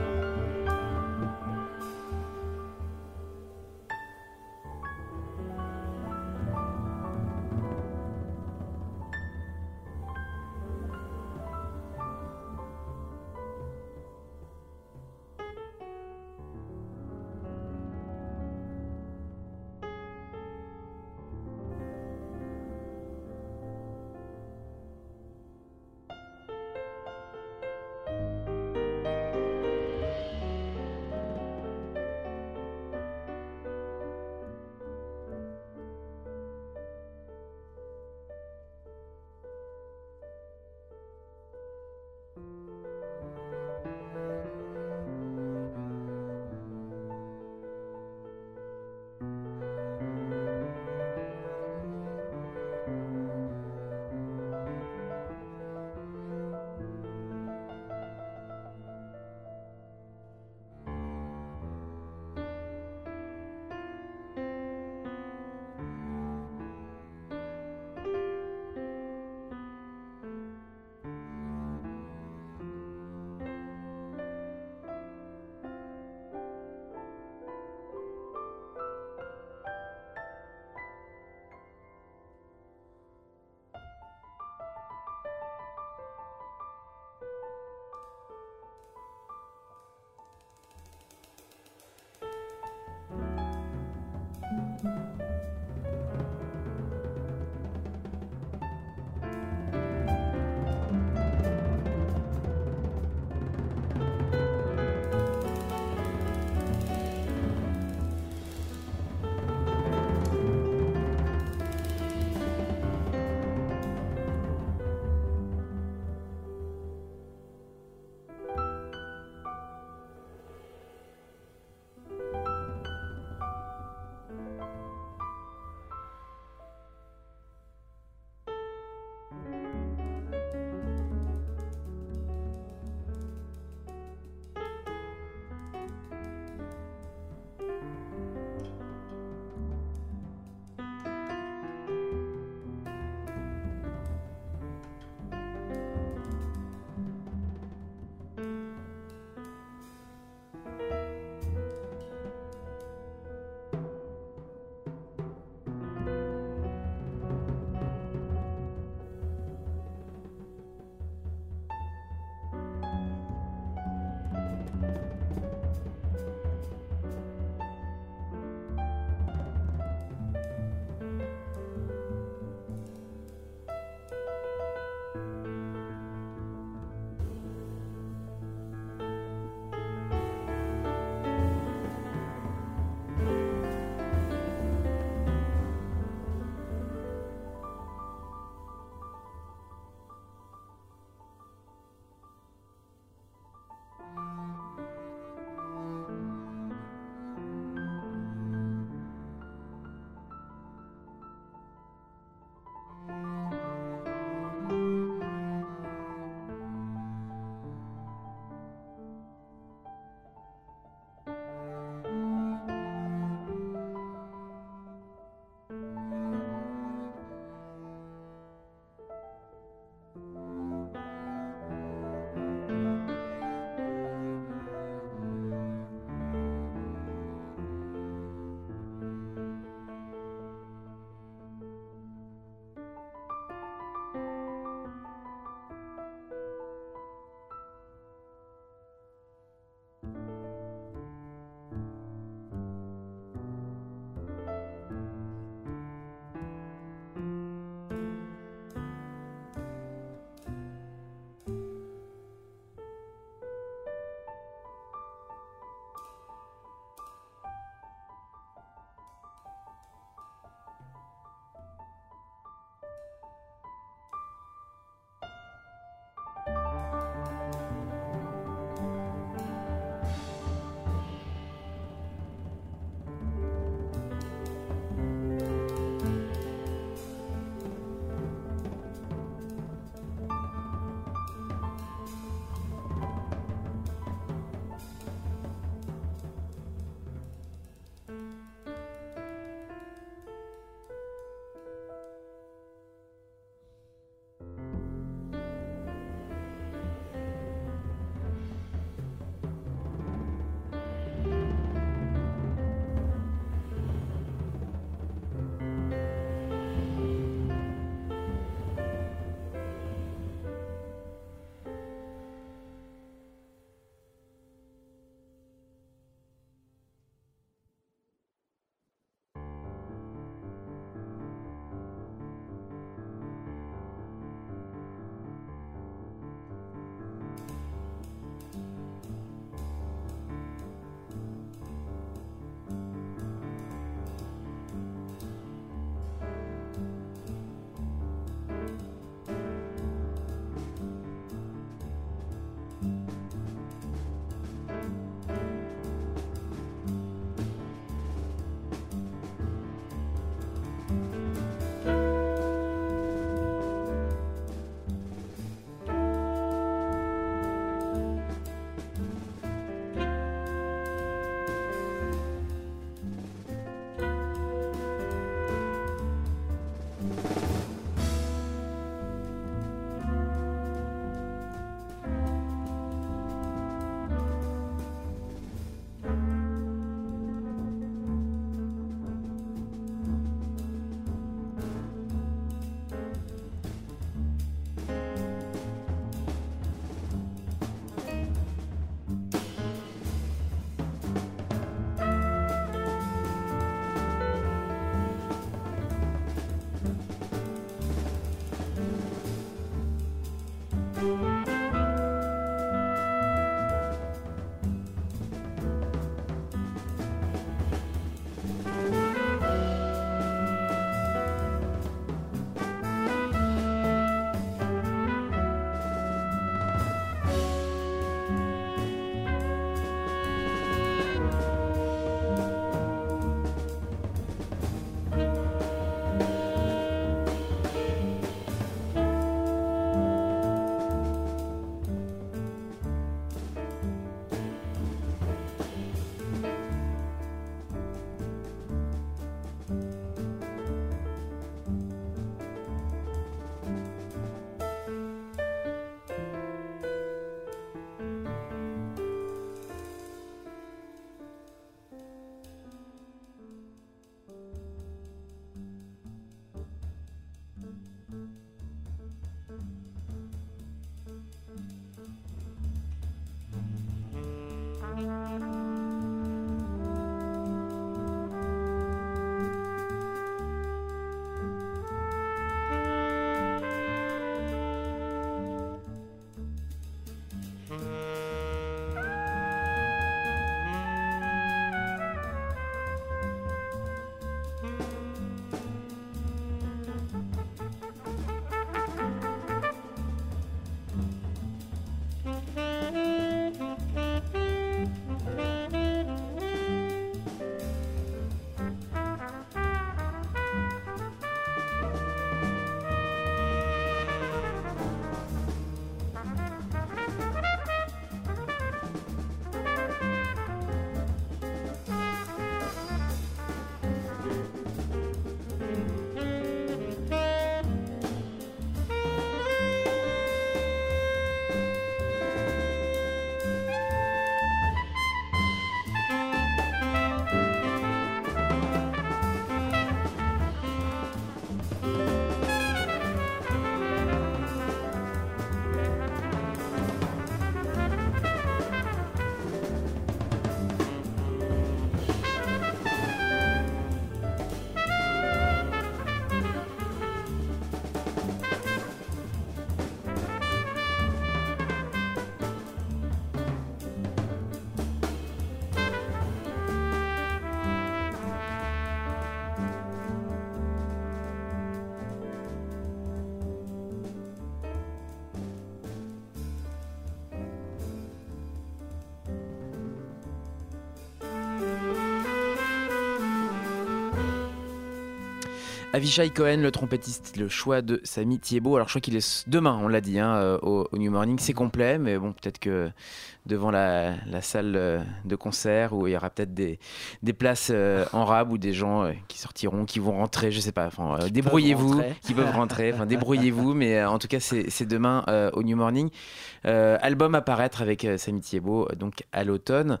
Avishai Cohen, le trompettiste, le choix de Samy Thiebaud. Alors je crois qu'il est demain, on l'a dit, au New Morning. C'est complet, mais bon, peut-être que devant la salle de concert où il y aura peut-être des places en rab ou des gens qui sortiront, qui vont rentrer, je sais pas. Enfin, débrouillez-vous, qui peuvent rentrer. Enfin, débrouillez-vous, mais en tout cas, c'est demain au New Morning. Album à paraître avec Samy Thiebaud, donc à l'automne.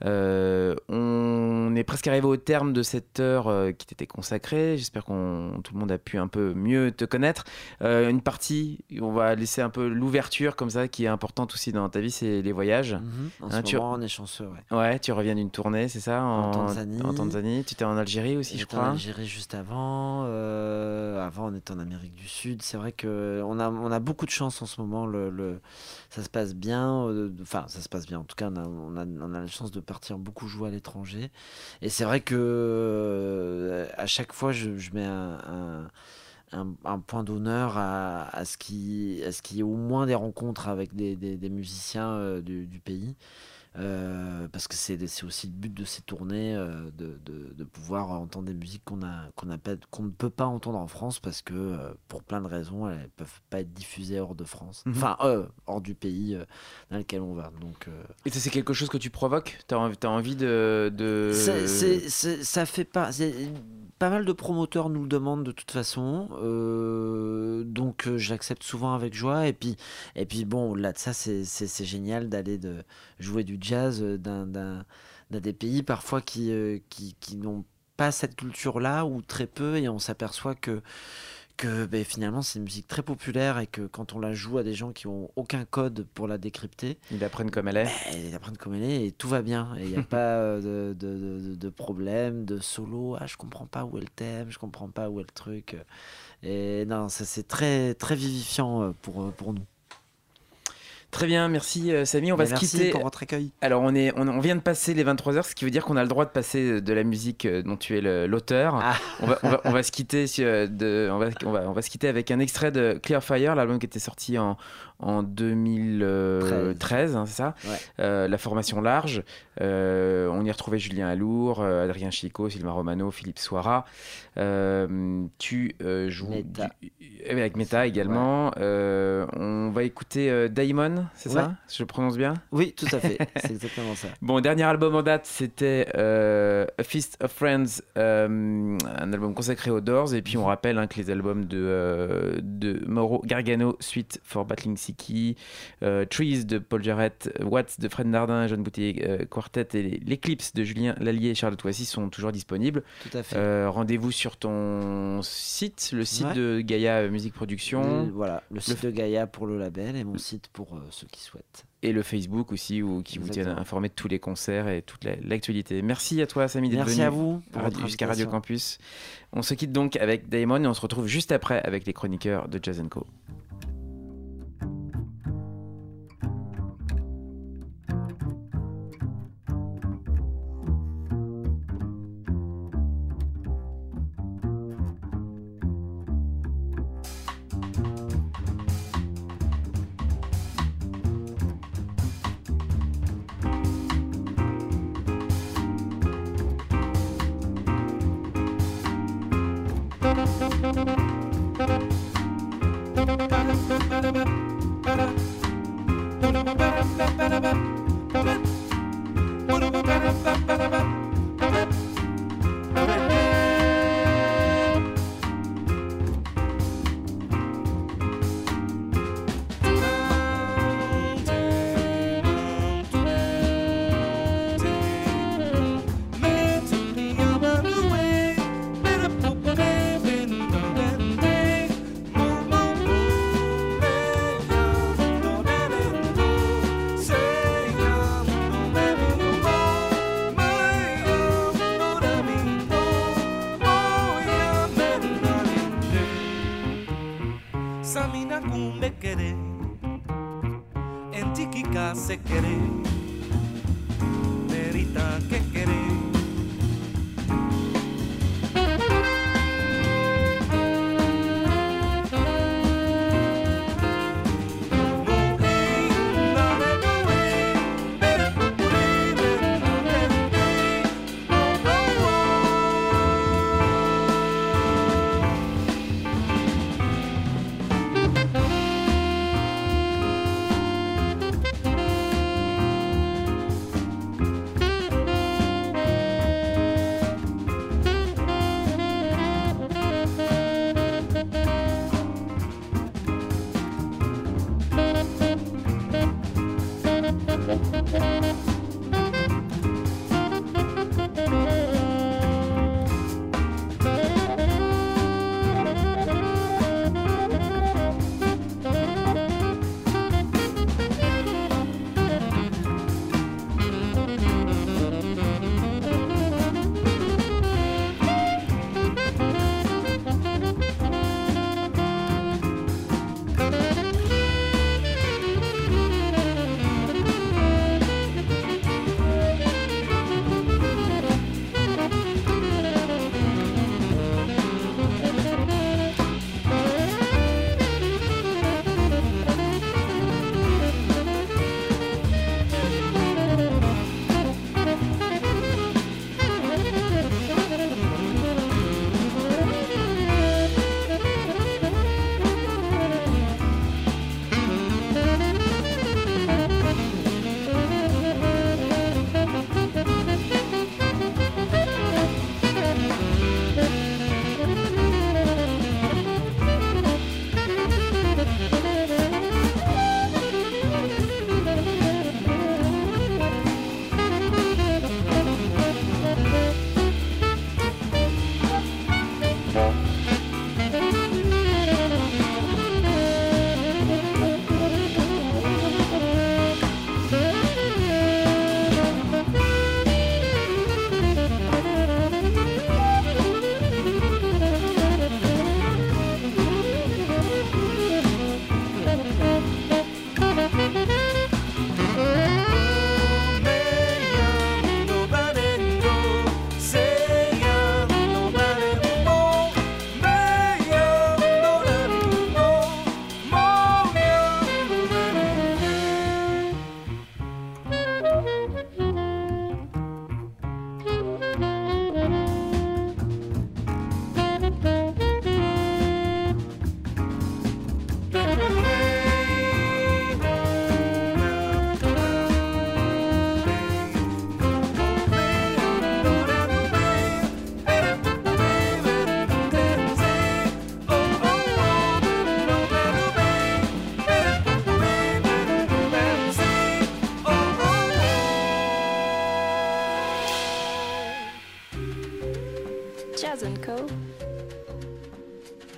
On est presque arrivé au terme de cette heure qui t'était consacrée. J'espère que tout le monde a pu un peu mieux te connaître. Une partie, on va laisser un peu l'ouverture comme ça, qui est importante aussi dans ta vie, c'est les voyages. En ce moment, on est chanceux. Ouais, tu reviens d'une tournée, c'est ça, en Tanzanie. En Tanzanie. Tu étais en Algérie aussi, je crois. En Algérie juste avant. Avant, on était en Amérique du Sud. C'est vrai qu'on a beaucoup de chance en ce moment. Ça se passe bien. Enfin, ça se passe bien. En tout cas, on a la chance de partir beaucoup jouer à l'étranger. Et c'est vrai que à chaque fois, je mets un point d'honneur à ce qu'il y ait au moins des rencontres avec des musiciens du pays. Parce que c'est aussi le but de ces tournées, de pouvoir entendre des musiques qu'on ne peut pas entendre en France parce que pour plein de raisons elles peuvent pas être diffusées hors de France, enfin hors du pays dans lequel on va. Donc et ça, c'est quelque chose que tu provoques, t'as envie de... Ça fait pas... Pas mal de promoteurs nous le demandent de toute façon, donc j'accepte souvent avec joie. Et puis bon, au-delà de ça, c'est génial d'aller jouer du jazz dans des pays parfois qui n'ont pas cette culture-là ou très peu, et on s'aperçoit que finalement c'est une musique très populaire et que quand on la joue à des gens qui n'ont aucun code pour la décrypter, ils apprennent comme elle est. Ils apprennent comme elle est et tout va bien. Et il n'y a pas de problème, de solo. Je comprends pas où est le thème, je comprends pas où est le truc. Et non, ça c'est très, très vivifiant pour nous. Très bien, merci Samy. On va se quitter. Merci pour votre accueil. Alors on vient de passer les 23h, ce qui veut dire qu'on a le droit de passer de la musique dont tu es l'auteur. On va se quitter on va se quitter avec un extrait de Clear Fire, l'album qui était sorti en 2013, c'est ça, ouais. La formation large. On y retrouvait Julien Alour, Adrien Chicot, Sylvain Romano, Philippe Soira. Tu joues avec Meta également. Ouais. On va écouter Daimon, c'est ça ? Je prononce bien ? Oui, tout à fait. C'est exactement ça. Bon, dernier album en date, c'était A Feast of Friends, un album consacré aux Doors. Et puis on rappelle que les albums de Mauro Gargano, Suite for Battling Siki, Trees de Paul Jarrett, Watts de Fred Nardin, Jeanne Boutier Quartet et l'Eclipse de Julien Lallier et Charlotte Toissy sont toujours disponibles. Tout à fait. Rendez-vous sur ton site, le site de Gaïa Musique Production. Voilà, le site de Gaïa pour le label et mon site pour ceux qui souhaitent. Et le Facebook aussi, qui vous tiennent informés de tous les concerts et toute l'actualité. Merci à toi, Samy, d'être venu. Merci à vous jusqu'à Radio Campus. On se quitte donc avec Daimon et on se retrouve juste après avec les chroniqueurs de Jazz & Co.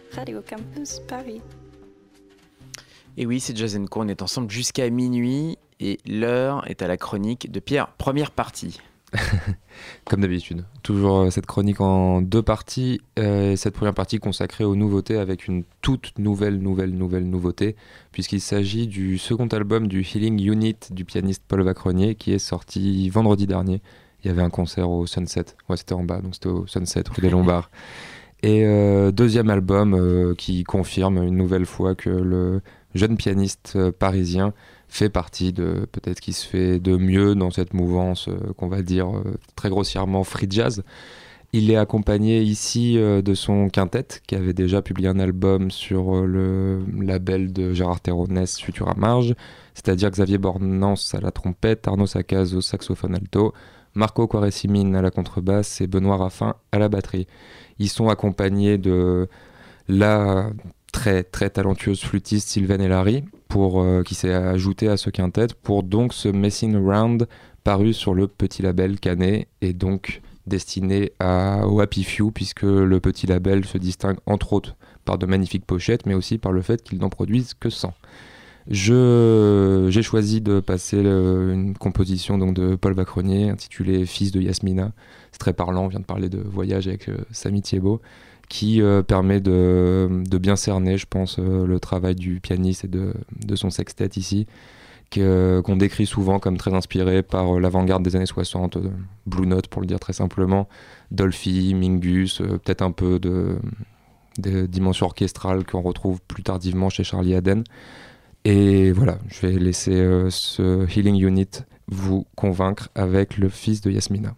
Radio Campus Paris. Et oui, c'est Jazz & Co, on est ensemble jusqu'à minuit et l'heure est à la chronique de Pierre. Première partie. Comme d'habitude, toujours cette chronique en 2 parties. Cette première partie consacrée aux nouveautés avec une toute nouvelle nouveauté, puisqu'il s'agit du second album du Healing Unit du pianiste Paul Vacronier qui est sorti vendredi dernier. Il y avait un concert au Sunset, ouais c'était en bas, donc c'était au Sunset, rue des Lombards. Et deuxième album qui confirme une nouvelle fois que le jeune pianiste parisien fait partie de peut-être ce qui se fait de mieux dans cette mouvance qu'on va dire très grossièrement free jazz. Il est accompagné ici de son quintet qui avait déjà publié un album sur le label de Gérard Terronès, Futura Marge, c'est-à-dire Xavier Bornance à la trompette, Arnaud Sacaz au saxophone alto, Marco Quaressimine à la contrebasse et Benoît Raffin à la batterie. Ils sont accompagnés de la très très talentueuse flûtiste Sylvaine Elary qui s'est ajoutée à ce quintet pour donc ce Messing Around paru sur le petit label Canet et donc destiné au Happy Few puisque le petit label se distingue entre autres par de magnifiques pochettes mais aussi par le fait qu'ils n'en produisent que 100. J'ai choisi de passer une composition donc, de Paul Vacronier intitulée Fils de Yasmina. C'est très parlant, on vient de parler de voyage avec Samy Thiebaud qui permet de bien cerner, je pense, le travail du pianiste et de son sextet ici, qu'on décrit souvent comme très inspiré par l'avant-garde des années 60, Blue Note pour le dire très simplement, Dolphy, Mingus, peut-être un peu de dimension orchestrale qu'on retrouve plus tardivement chez Charlie Haden. Et voilà, je vais laisser ce Healing Unit vous convaincre avec le Fils de Yasmina.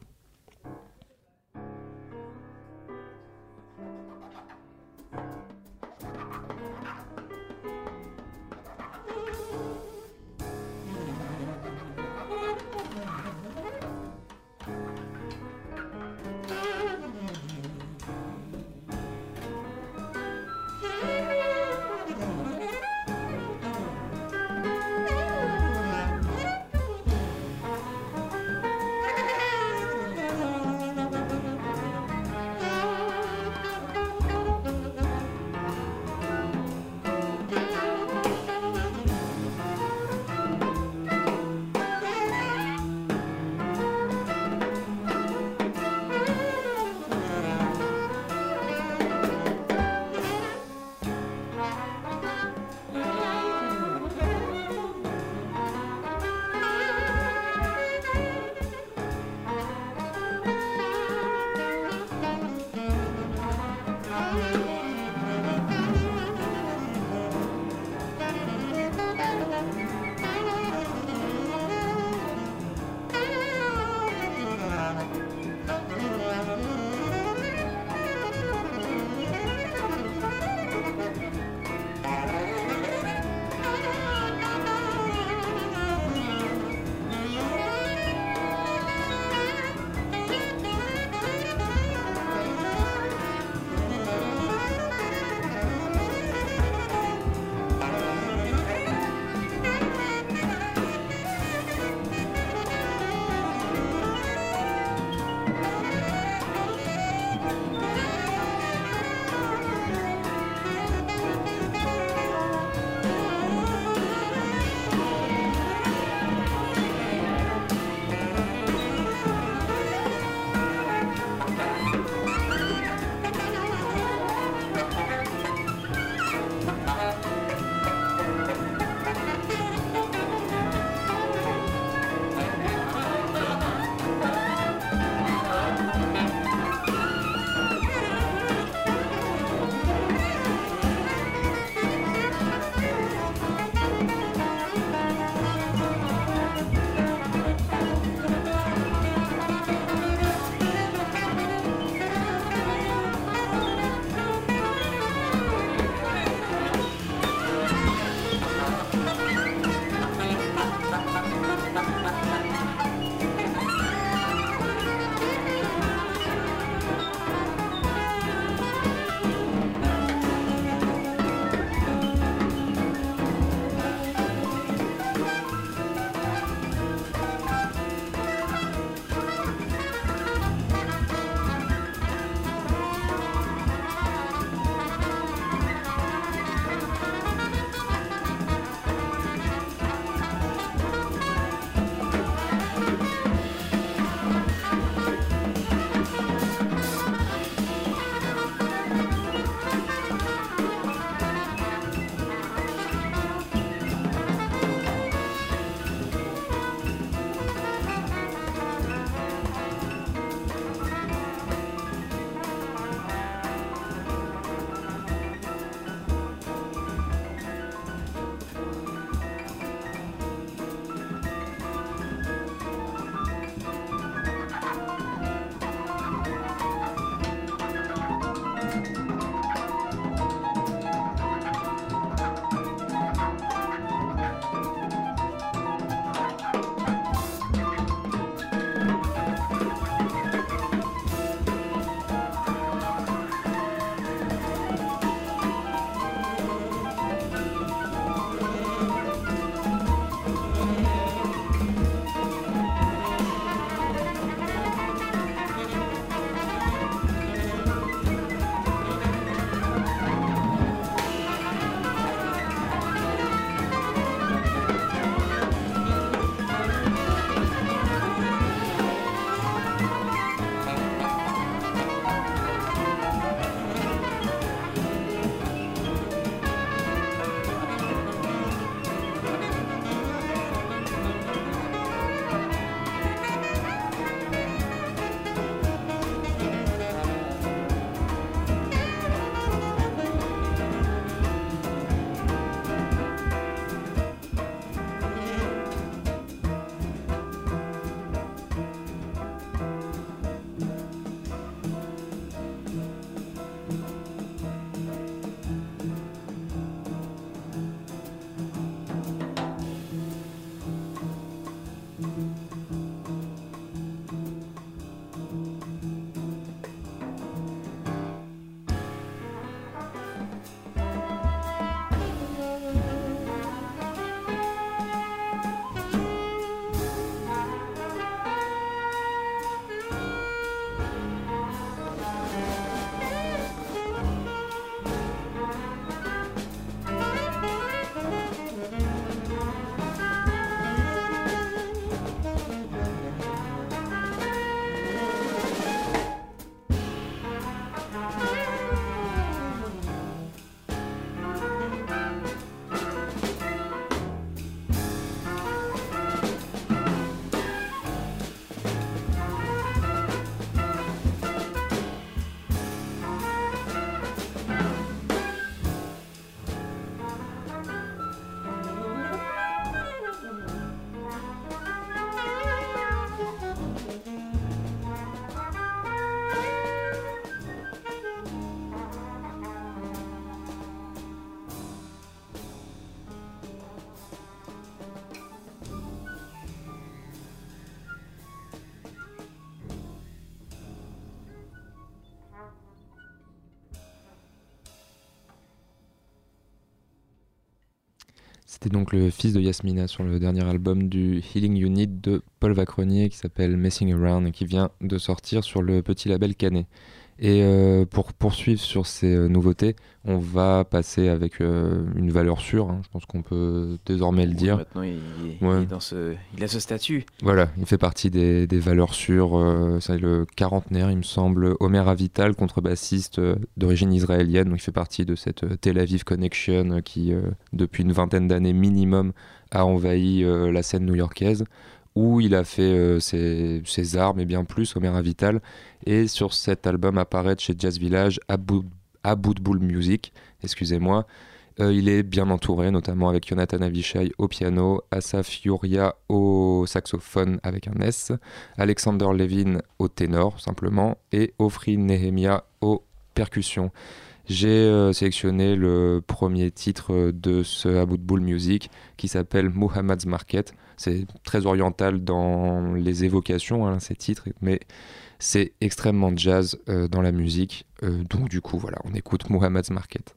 C'était donc le fils de Yasmina sur le dernier album du Healing Unit de Paul Vacronier qui s'appelle Messing Around et qui vient de sortir sur le petit label Canet. Et pour poursuivre sur ces nouveautés, on va passer avec une valeur sûre, hein, je pense qu'on peut désormais le dire. Maintenant, il a ce statut. Voilà, il fait partie des valeurs sûres. C'est le quarantenaire, il me semble, Omer Avital, contrebassiste d'origine israélienne. Donc il fait partie de cette Tel Aviv Connection qui, depuis une vingtaine d'années minimum, a envahi la scène new-yorkaise, où il a fait ses armes et bien plus, Omer Avital. Et sur cet album apparaît chez Jazz Village Aboudboul Music, excusez-moi. Il est bien entouré, notamment avec Jonathan Avishai au piano, Asaf Yuria au saxophone avec un S, Alexander Levin au ténor simplement, et Ofri Nehemia aux percussions. J'ai sélectionné le premier titre de ce Aboudboul Music qui s'appelle Muhammad's Market. C'est très oriental dans les évocations, hein, ces titres, mais c'est extrêmement jazz dans la musique. Donc du coup, voilà, on écoute Muhammad's Market.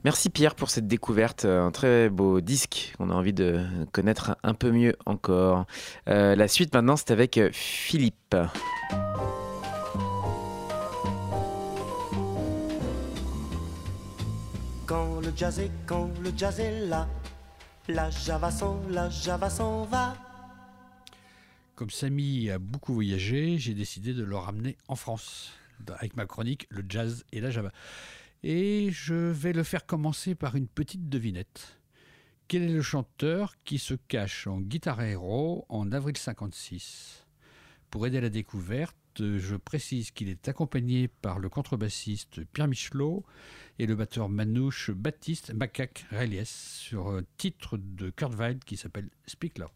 Merci Pierre pour cette découverte, un très beau disque qu'on a envie de connaître un peu mieux encore. La suite maintenant, c'est avec Philippe. Quand le jazz est là, la Java s'en va. Comme Samy a beaucoup voyagé, j'ai décidé de le ramener en France, avec ma chronique Le jazz et la Java. Et je vais le faire commencer par une petite devinette. Quel est le chanteur qui se cache en Guitar Hero en avril 56 ? Pour aider à la découverte, je précise qu'il est accompagné par le contrebassiste Pierre Michelot et le batteur manouche Baptiste Macaque Relies sur un titre de Kurt Weill qui s'appelle Speak Love.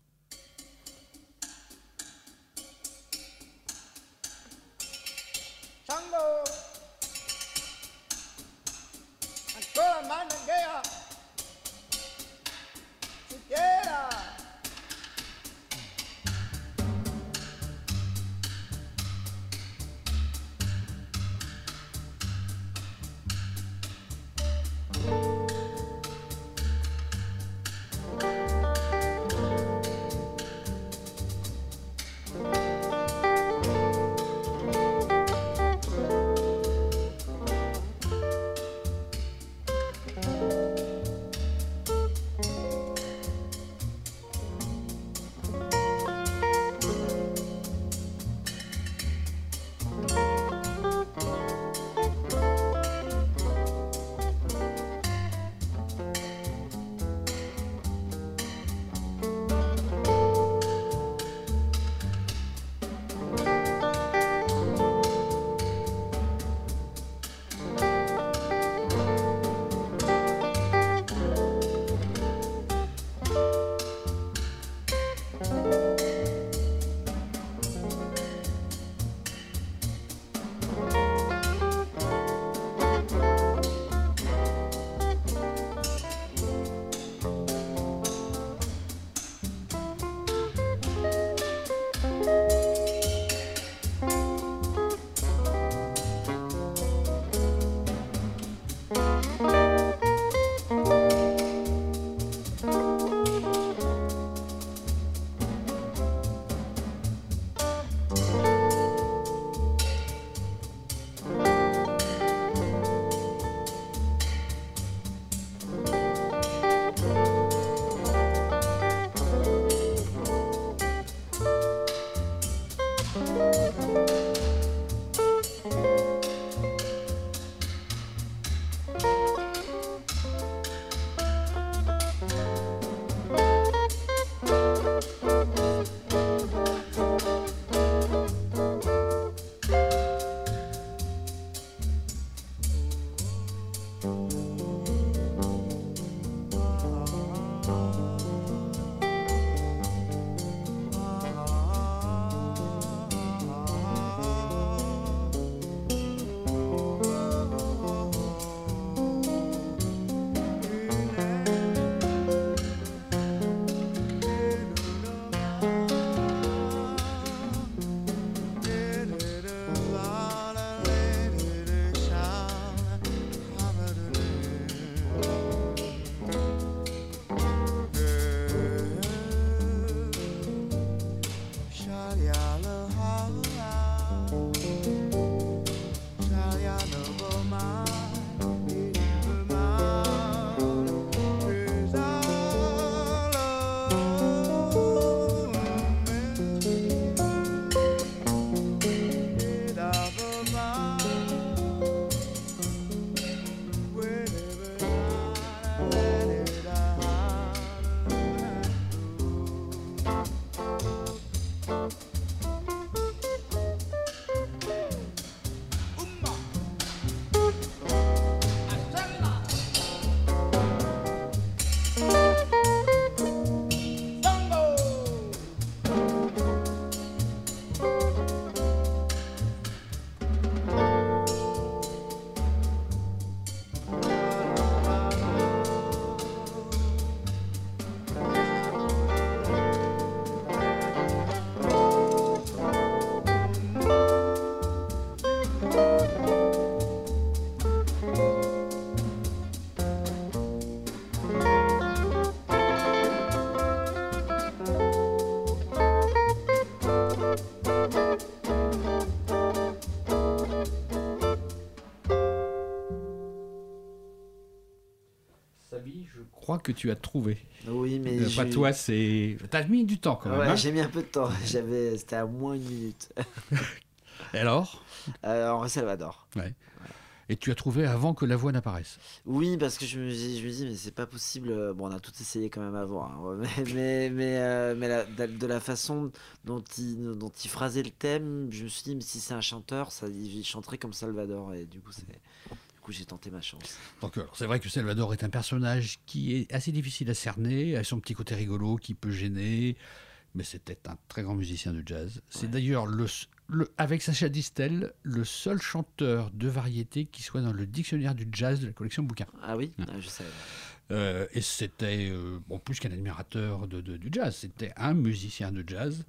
je crois que tu as trouvé. Oui, mais toi, c'est... T'as mis du temps quand même. Ouais, hein. j'ai mis un peu de temps. C'était à moins 1 minute. Et alors En Salvador. Ouais. Et tu as trouvé avant que la voix n'apparaisse. Oui, parce que je me dis, mais c'est pas possible. Bon, on a tout essayé quand même avant. Hein. Mais de la façon dont il phrasait le thème, je me suis dit, mais si c'est un chanteur, il chanterait comme Salvador. Et du coup, j'ai tenté ma chance. Donc, c'est vrai que Salvador est un personnage qui est assez difficile à cerner, a son petit côté rigolo qui peut gêner, mais c'était un très grand musicien de jazz. C'est d'ailleurs avec Sacha Distel, le seul chanteur de variété qui soit dans le dictionnaire du jazz de la collection bouquins. Ah oui, je savais. Et c'était, plus qu'un admirateur du jazz, c'était un musicien de jazz,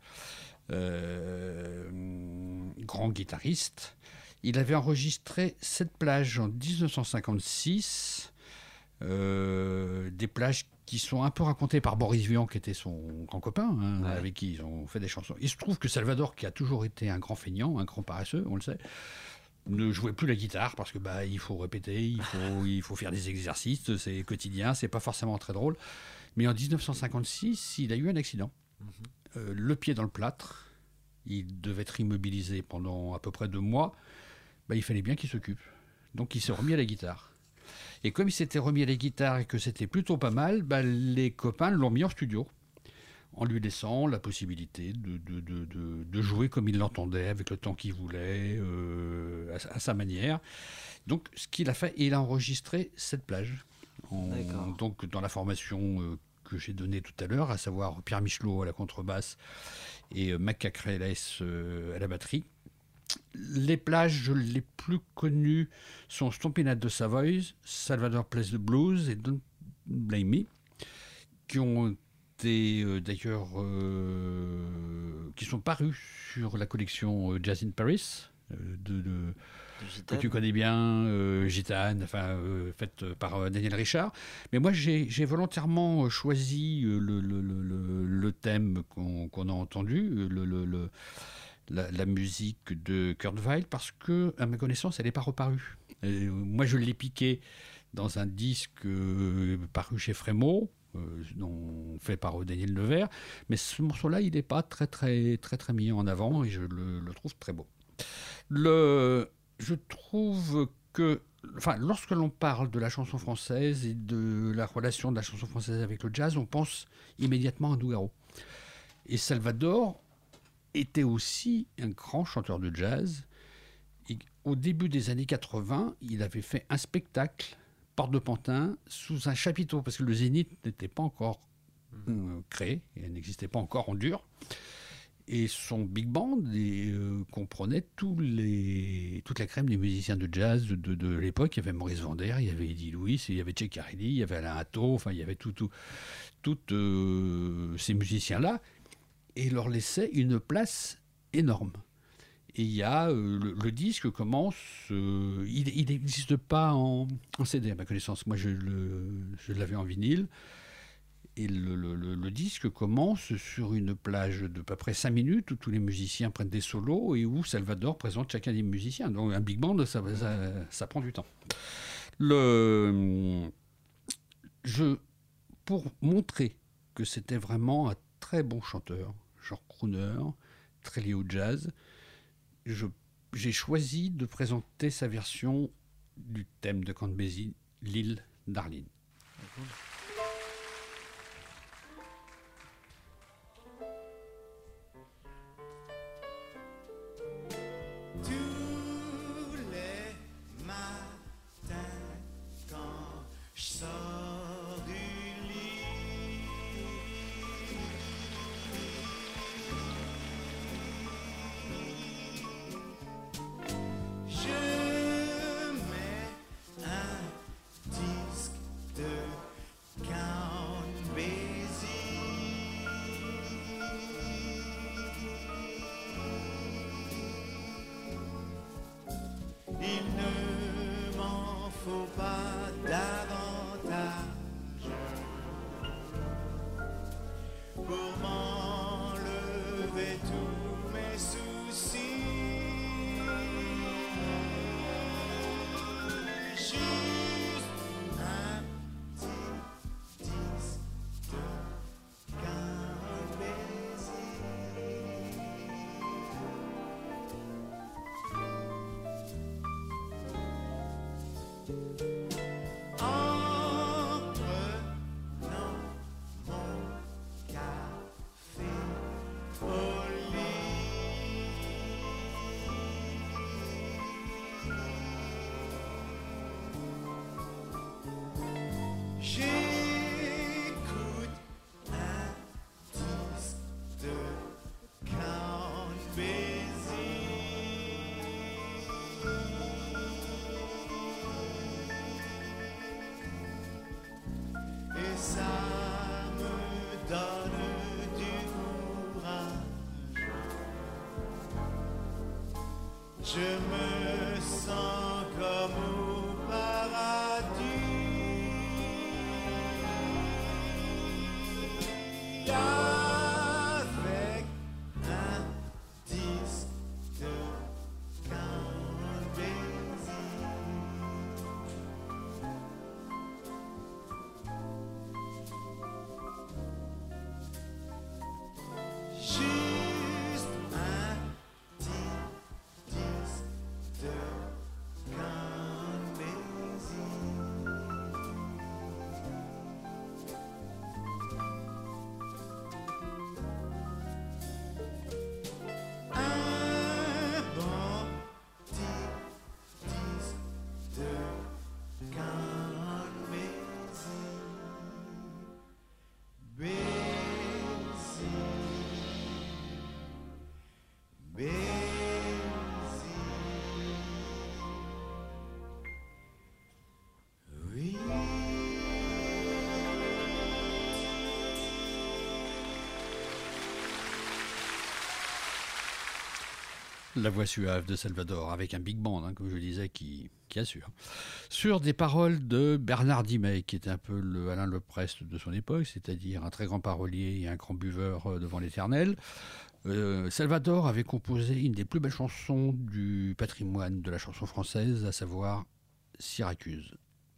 grand guitariste. Il avait enregistré 7 plages en 1956, des plages qui sont un peu racontées par Boris Vian, qui était son grand copain, avec qui ils ont fait des chansons. Il se trouve que Salvador, qui a toujours été un grand feignant, un grand paresseux, on le sait, ne jouait plus la guitare parce que il faut répéter, il faut faire des exercices, c'est quotidien, c'est pas forcément très drôle. Mais en 1956, il a eu un accident, le pied dans le plâtre, il devait être immobilisé pendant à peu près 2 mois. Il fallait bien qu'il s'occupe. Donc il s'est remis à la guitare. Et comme il s'était remis à la guitare et que c'était plutôt pas mal, les copains l'ont mis en studio, en lui laissant la possibilité de jouer comme il l'entendait, avec le temps qu'il voulait, à sa manière. Donc ce qu'il a fait, il a enregistré 7 plages. Donc dans la formation que j'ai donnée tout à l'heure, à savoir Pierre Michelot à la contrebasse et Mac Cacrelles à la batterie. Les plages les plus connues sont Stompin' at the Savoys, Salvador Plays the Blues et Don't Blame Me, qui ont été d'ailleurs qui sont parus sur la collection Jazz in Paris que tu connais bien, Gitane, faite par Daniel Richard. Mais moi, j'ai volontairement choisi le thème qu'on a entendu, la musique de Kurt Weill, parce que, à ma connaissance, elle n'est pas reparue. Moi, je l'ai piqué dans un disque paru chez Frémaux, fait par Daniel Nevers, mais ce morceau-là, il n'est pas très, très, très, très mis en avant, et je le trouve très beau. Je trouve que, lorsque l'on parle de la chanson française et de la relation de la chanson française avec le jazz, on pense immédiatement à Nougaro. Et Salvador était aussi un grand chanteur de jazz. Et au début des années 80, il avait fait un spectacle, Porte de Pantin, sous un chapiteau, parce que le Zénith n'était pas encore créé, et n'existait pas encore en dur. Et son big band comprenait toute la crème des musiciens de jazz de l'époque. Il y avait Maurice Vander, il y avait Eddie Louis, il y avait Jay Carelli, il y avait Alain Atto, il y avait tous ces musiciens-là, et leur laissait une place énorme. Et il y a le disque commence, il n'existe pas en CD à ma connaissance. Moi, je l'avais en vinyle. Et le disque commence sur une plage de à peu près 5 minutes où tous les musiciens prennent des solos et où Salvador présente chacun des musiciens. Donc un big band, ça prend du temps. Pour montrer que c'était vraiment un très bon chanteur, genre crooner, très lié au jazz, j'ai choisi de présenter sa version du thème de Count Basie, l'île d'Arline. Je me sens comme au paradis avec un disque qu'un baiser. Juste un La voix suave de Salvador, avec un big band, hein, comme je disais, qui assure. Sur des paroles de Bernard Dimet, qui était un peu le Alain Leprest de son époque, c'est-à-dire un très grand parolier et un grand buveur devant l'éternel. Salvador avait composé une des plus belles chansons du patrimoine de la chanson française, à savoir Syracuse.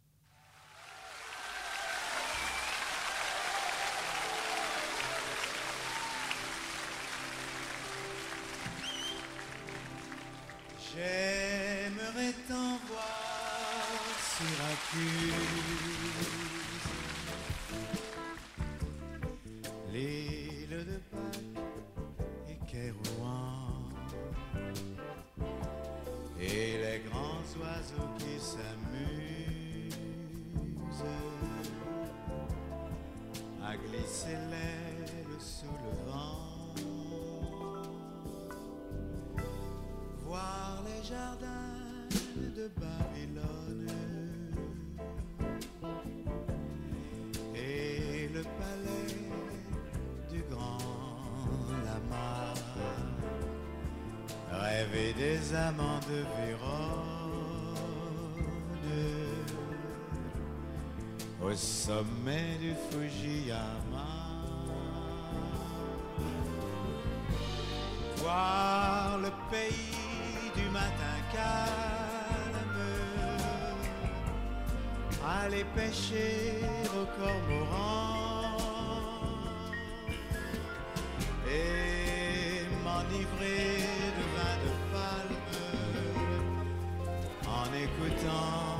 J'aimerais t'en voir, Syracuse, l'île de Pâques et Kérouan, et les grands oiseaux qui s'amusent à glisser l'aile sous le vent. Voir les jardins de Babylone et le palais du grand lama, rêver des amants de Vérone au sommet du Fujiyama, voir le pays du matin calme, aller pêcher au cormoran et m'enivrer de vin de palme en écoutant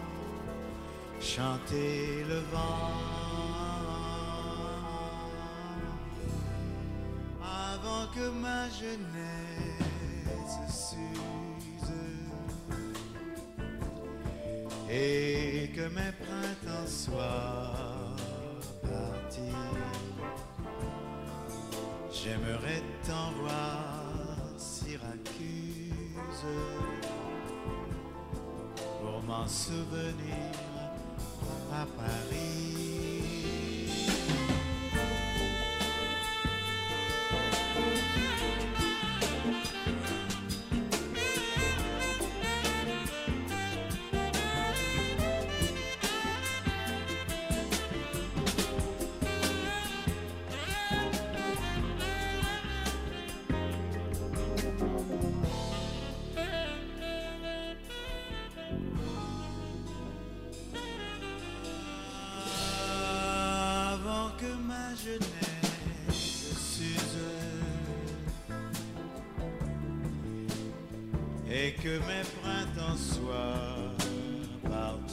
chanter le vent. Avant que ma jeunesse s'use et que mes printemps soient partis, j'aimerais t'en voir, Syracuse, pour m'en souvenir à Paris. Et que mes printemps soient partis,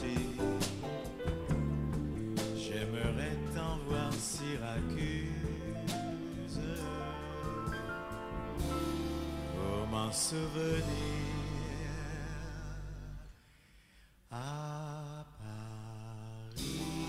souvenir à Paris.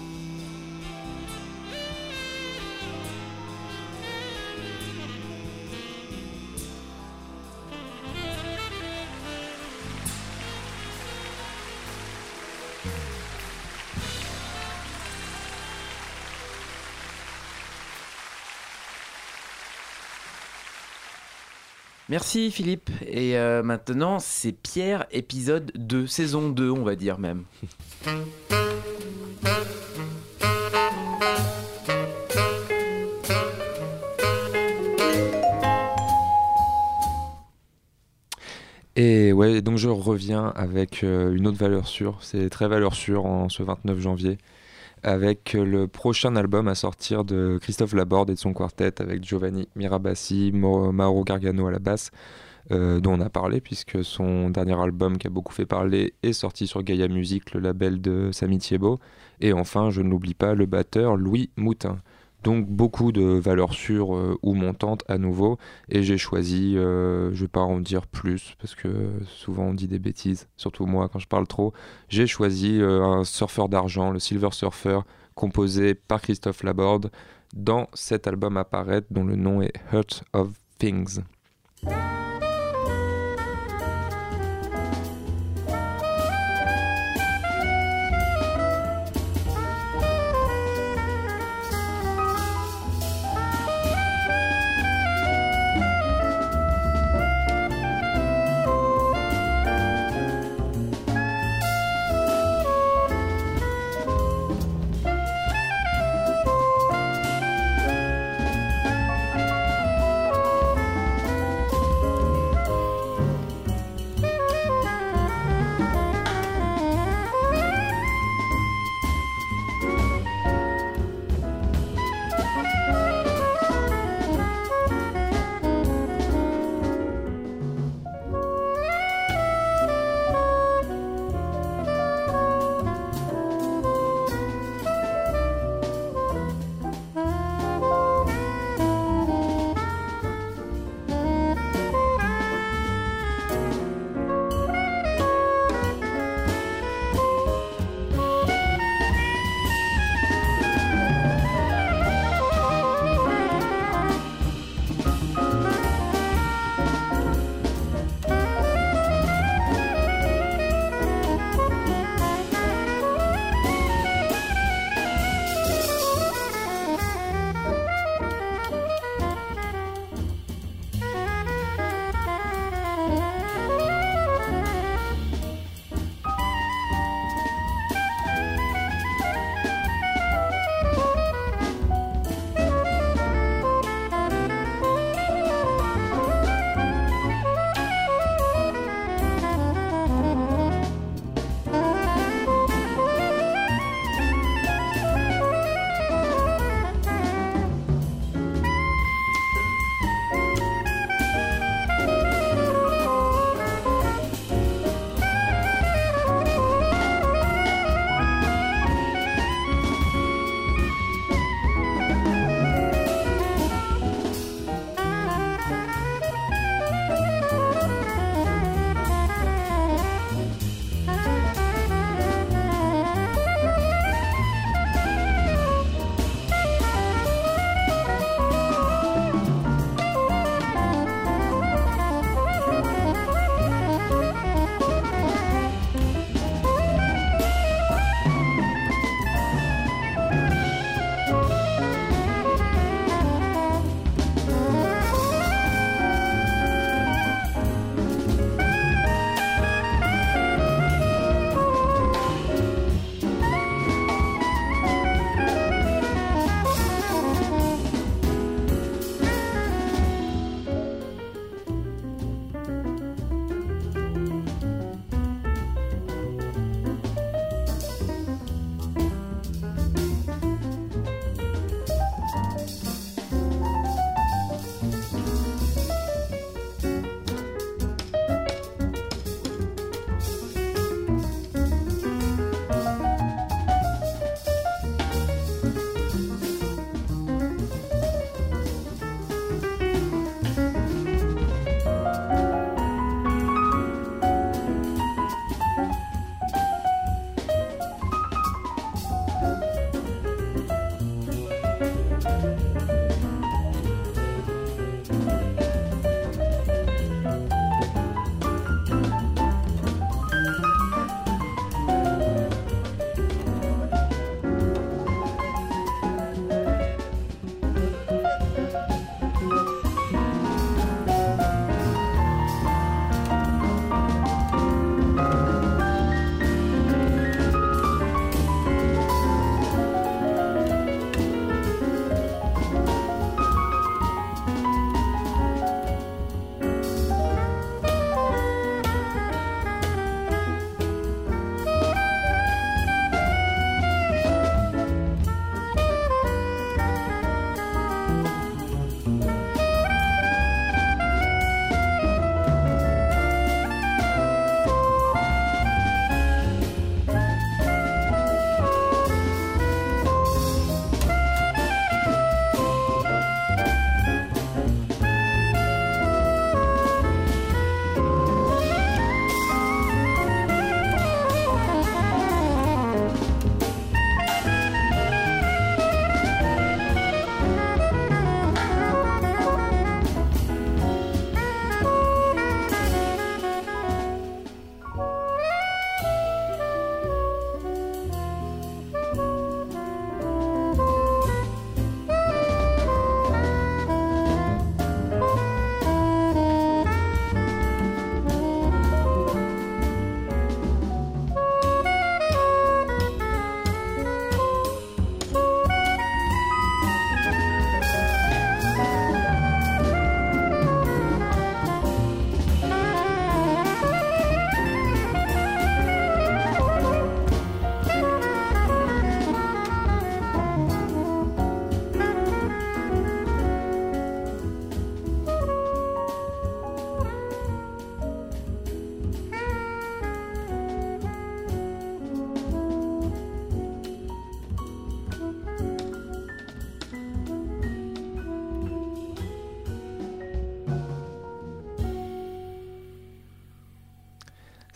Merci Philippe. Et maintenant, c'est Pierre, épisode 2, saison 2, on va dire même. Et ouais, donc je reviens avec une autre valeur sûre. C'est très valeur sûre en ce 29 janvier. Avec le prochain album à sortir de Christophe Laborde et de son quartet avec Giovanni Mirabassi, Mauro Gargano à la basse, dont on a parlé puisque son dernier album qui a beaucoup fait parler est sorti sur Gaia Music, le label de Samy Thiebaud. Et enfin, je ne l'oublie pas, le batteur Louis Moutin. Donc beaucoup de valeurs sûres ou montantes à nouveau. Et j'ai choisi, je ne vais pas en dire plus parce que souvent on dit des bêtises, surtout moi quand je parle trop. J'ai choisi un surfeur d'argent, le Silver Surfer, composé par Christophe Laborde dans cet album à paraître dont le nom est Heart of Things.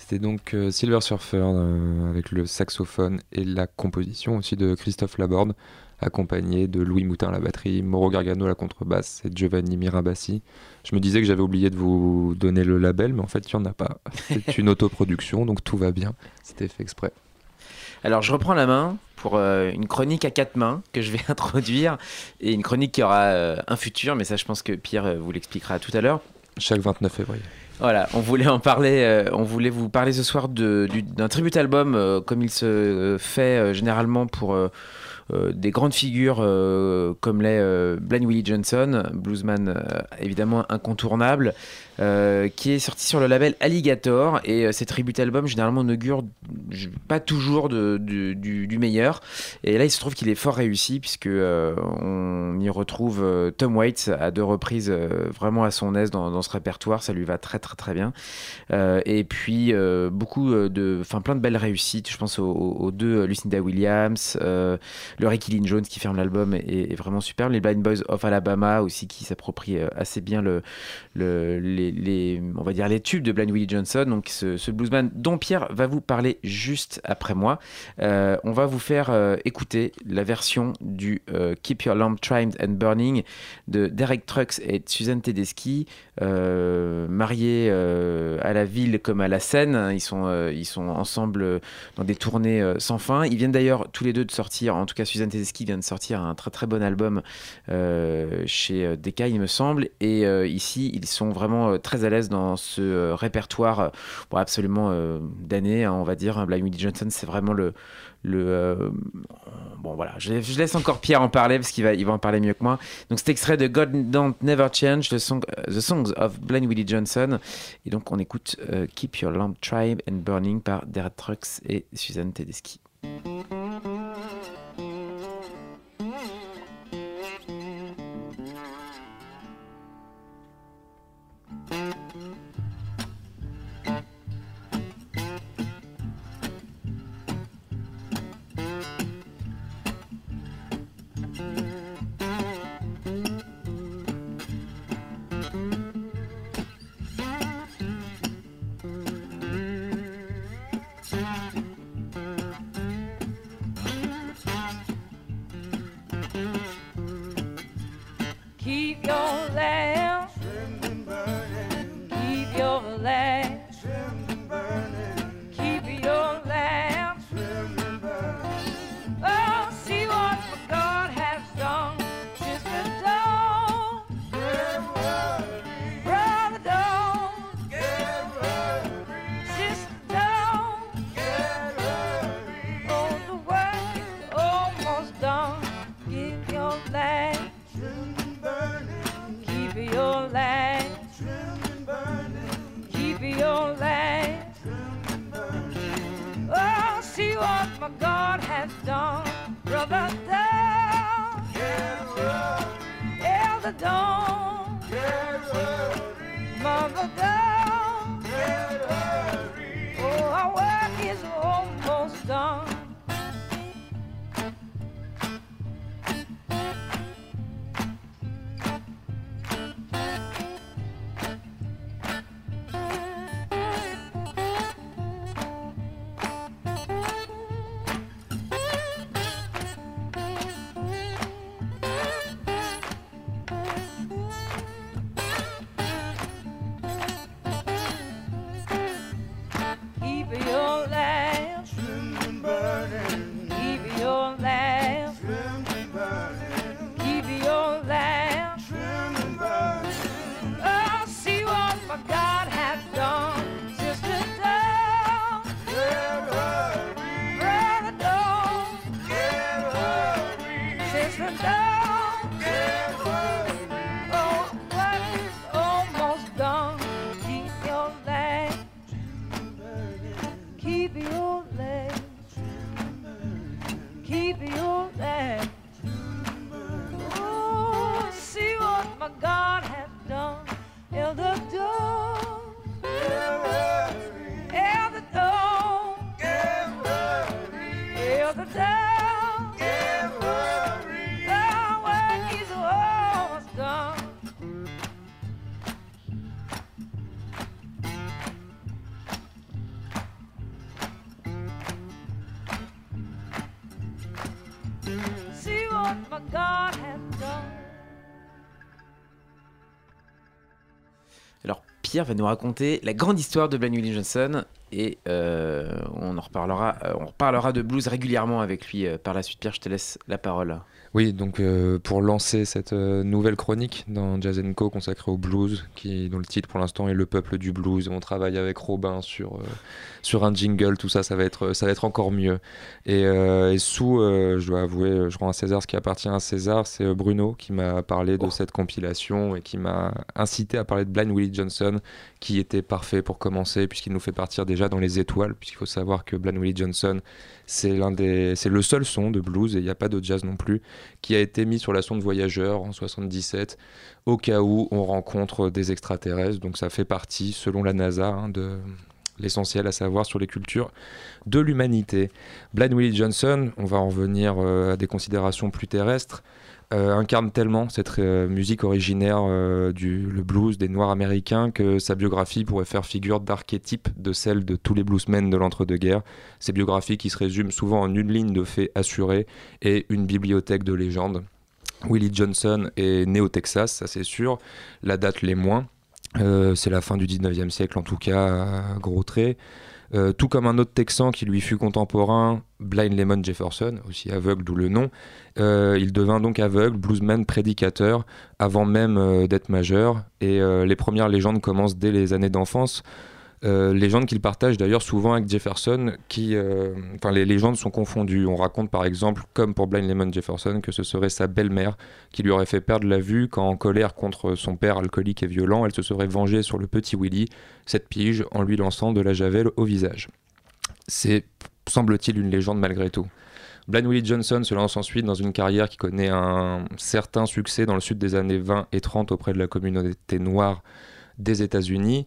C'était donc Silver Surfer avec le saxophone et la composition aussi de Christophe Laborde, accompagné de Louis Moutin à la batterie, Mauro Gargano à la contrebasse et Giovanni Mirabassi. Je me disais que j'avais oublié de vous donner le label, mais en fait, il n'y en a pas. C'est une autoproduction, donc tout va bien. C'était fait exprès. Alors, je reprends la main pour une chronique à 4 mains que je vais introduire, et une chronique qui aura un futur, mais ça, je pense que Pierre vous l'expliquera tout à l'heure. Chaque 29 février. Voilà, on voulait en parler, on voulait vous parler ce soir d'un tribute album comme il se fait généralement pour des grandes figures comme l'est Blind Willie Johnson, bluesman évidemment incontournable, qui est sorti sur le label Alligator, et ces tribute albums généralement n'augurent pas toujours du meilleur, et là il se trouve qu'il est fort réussi puisque on y retrouve Tom Waits à 2 reprises vraiment à son aise dans ce répertoire, ça lui va très très très bien, et puis plein de belles réussites, je pense aux 2 Lucinda Williams, le Ricky Lynn Jones qui ferme l'album est vraiment super, les Blind Boys of Alabama aussi qui s'approprient assez bien on va dire les tubes de Blind Willie Johnson, donc ce bluesman dont Pierre va vous parler juste après moi. On va vous faire écouter la version du Keep Your Lamp Trimmed and Burning de Derek Trucks et Suzanne Tedeschi, mariés à la ville comme à la scène. Ils sont ensemble dans des tournées sans fin. Ils viennent d'ailleurs tous les deux de sortir, en tout cas Suzanne Tedeschi vient de sortir un très très bon album chez Decca il me semble, et ici ils sont vraiment très à l'aise dans ce répertoire absolument d'années, on va dire. Blind Willie Johnson, c'est vraiment bon voilà, je laisse encore Pierre en parler parce qu'il va en parler mieux que moi. Donc cet extrait de God Don't Never Change, The Songs of Blind Willie Johnson, et donc on écoute Keep Your Lamp Trimmed and Burning par Derek Trucks et Suzanne Tedeschi. Keep your lamp trimmed and burning. Keep your lamp trimmed and burning. Keep your lamp trimmed and burning. Oh, see what God has done, Sister Dawn. Get ready, Brother Dawn. Get ready, Sister Dawn. Get ready. Oh, the work is almost done. Keep your lamp. Keep your lamp trimmed and burning. Keep your lamp trimmed and burning. Oh, see what my God has done, Brother Dawn. Get ready, Elder Dawn. Get ready, Mother Dawn. Get ready. Oh, our work is almost done. Keep your lamp trimmed and burning. Keep your lamp trimmed and burning. Keep your lamp trimmed and burning. Oh, see what my God has done, Sister Dawn. Get ready, Brother Dawn. Get ready, Sister Dawn. Get ready. Oh, work is almost done. Keep your lamp. Keep your lamp, keep your lamp. Oh, see what my God has done. Elder Dawn, Elder Dawn, Elder Dawn, the work is almost done. what my God has done. Alors Pierre va nous raconter la grande histoire de Blind Willie Johnson et on reparlera de blues régulièrement avec lui par la suite. Pierre, je te laisse la parole. Oui, donc pour lancer cette nouvelle chronique dans Jazz & Co consacrée au blues, dont le titre pour l'instant est Le Peuple du Blues. On travaille avec Robin sur un jingle, tout ça, ça va être encore mieux. Et je dois avouer, je rends à César ce qui appartient à César, c'est Bruno qui m'a parlé de cette compilation et qui m'a incité à parler de Blind Willie Johnson, qui était parfait pour commencer puisqu'il nous fait partir déjà dans les étoiles, puisqu'il faut savoir que Blind Willie Johnson, c'est le seul son de blues, et il n'y a pas de jazz non plus, qui a été mis sur la sonde Voyageur en 77 au cas où on rencontre des extraterrestres. Donc ça fait partie, selon la NASA, de l'essentiel à savoir sur les cultures de l'humanité. Blind Willie Johnson, on va en revenir à des considérations plus terrestres, incarne tellement cette musique originaire le blues des Noirs américains que sa biographie pourrait faire figure d'archétype de celle de tous les bluesmen de l'entre-deux-guerres. Ces biographies qui se résument souvent en une ligne de faits assurés et une bibliothèque de légendes. Willie Johnson est né au Texas, ça c'est sûr, la date l'est moins. C'est la fin du 19e siècle en tout cas, à gros traits. Tout comme un autre Texan qui lui fut contemporain, Blind Lemon Jefferson, aussi aveugle d'où le nom. Il devint donc aveugle, bluesman, prédicateur, avant même d'être majeur. Et les premières légendes commencent dès les années d'enfance. Légendes qu'il partage d'ailleurs souvent avec Jefferson, les légendes sont confondues. On raconte par exemple, comme pour Blind Lemon Jefferson, que ce serait sa belle-mère qui lui aurait fait perdre la vue quand, en colère contre son père alcoolique et violent, elle se serait vengée sur le petit Willie, 7 piges, en lui lançant de la javel au visage. C'est, semble-t-il, une légende malgré tout. Blind Willie Johnson se lance ensuite dans une carrière qui connaît un certain succès dans le sud des années 20 et 30 auprès de la communauté noire des États-Unis.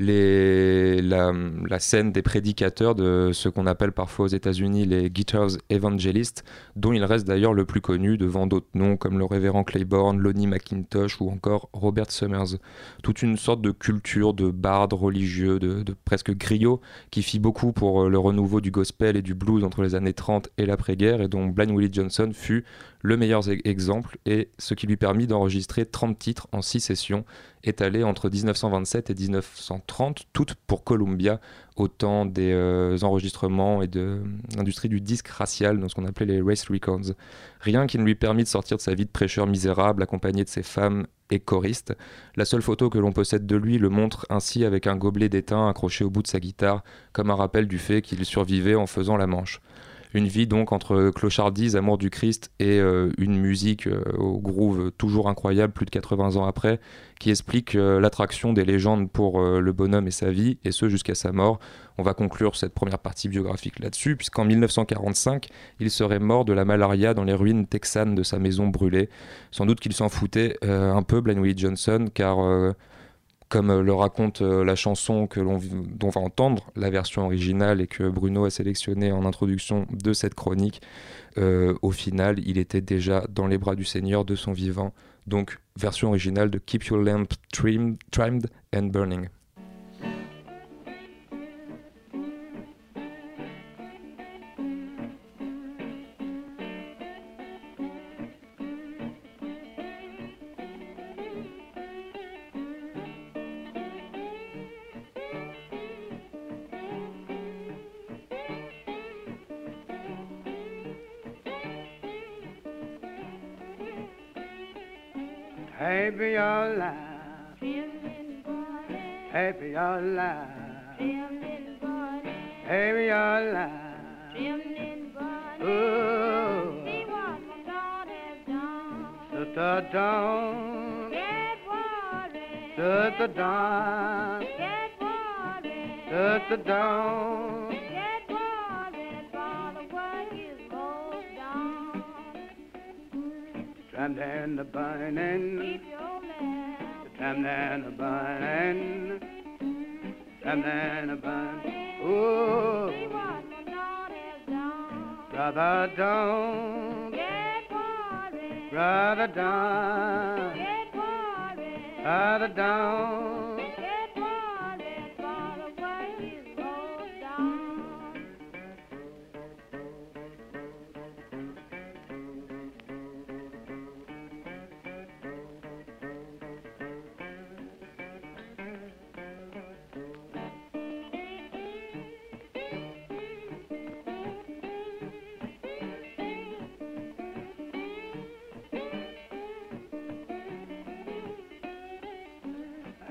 La scène des prédicateurs de ce qu'on appelle parfois aux États-Unis les Guitars Evangelists, dont il reste d'ailleurs le plus connu devant d'autres noms comme le révérend Claiborne, Lonnie McIntosh ou encore Robert Summers. Toute une sorte de culture de bardes religieux, de presque griots, qui fit beaucoup pour le renouveau du gospel et du blues entre les années 30 et l'après-guerre, et dont Blind Willie Johnson fut le meilleur exemple, et ce qui lui permit d'enregistrer 30 titres en 6 sessions, étalées entre 1927 et 1930, toutes pour Columbia, au temps des enregistrements et de l'industrie du disque racial, dans ce qu'on appelait les race records. Rien qui ne lui permit de sortir de sa vie de prêcheur misérable, accompagné de ses femmes et choristes. La seule photo que l'on possède de lui le montre ainsi avec un gobelet d'étain accroché au bout de sa guitare, comme un rappel du fait qu'il survivait en faisant la manche. Une vie donc entre clochardise, amour du Christ et une musique au groove toujours incroyable plus de 80 ans après, qui explique l'attraction des légendes pour le bonhomme et sa vie, et ce jusqu'à sa mort. On va conclure cette première partie biographique là-dessus, puisqu'en 1945, il serait mort de la malaria dans les ruines texanes de sa maison brûlée. Sans doute qu'il s'en foutait un peu, Blind Willie Johnson, car... comme le raconte la chanson dont on va entendre la version originale et que Bruno a sélectionnée en introduction de cette chronique, au final, il était déjà dans les bras du Seigneur de son vivant. Donc, version originale de Keep Your Lamp Trimmed and Burning. Happy your life, happy your life, happy your life. Oh, to the dawn, to the dawn, to the dawn. Trammed and a burning, trammed and a burning, trammed and a burning. Oh, brother, don't, brother, don't, brother, don't.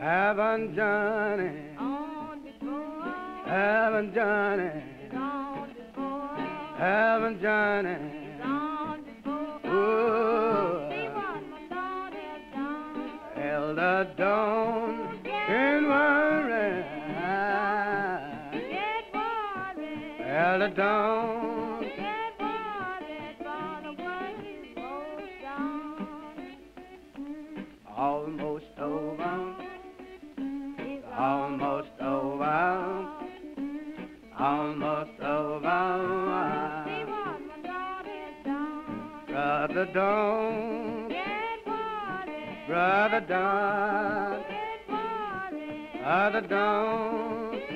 Haven't Johnny, haven't Johnny, haven't Johnny. Ooh, Elder Dawn in worry, Elder Dawn. Almost over, almost over, almost over. Brother Don, Brother Don, Brother Don.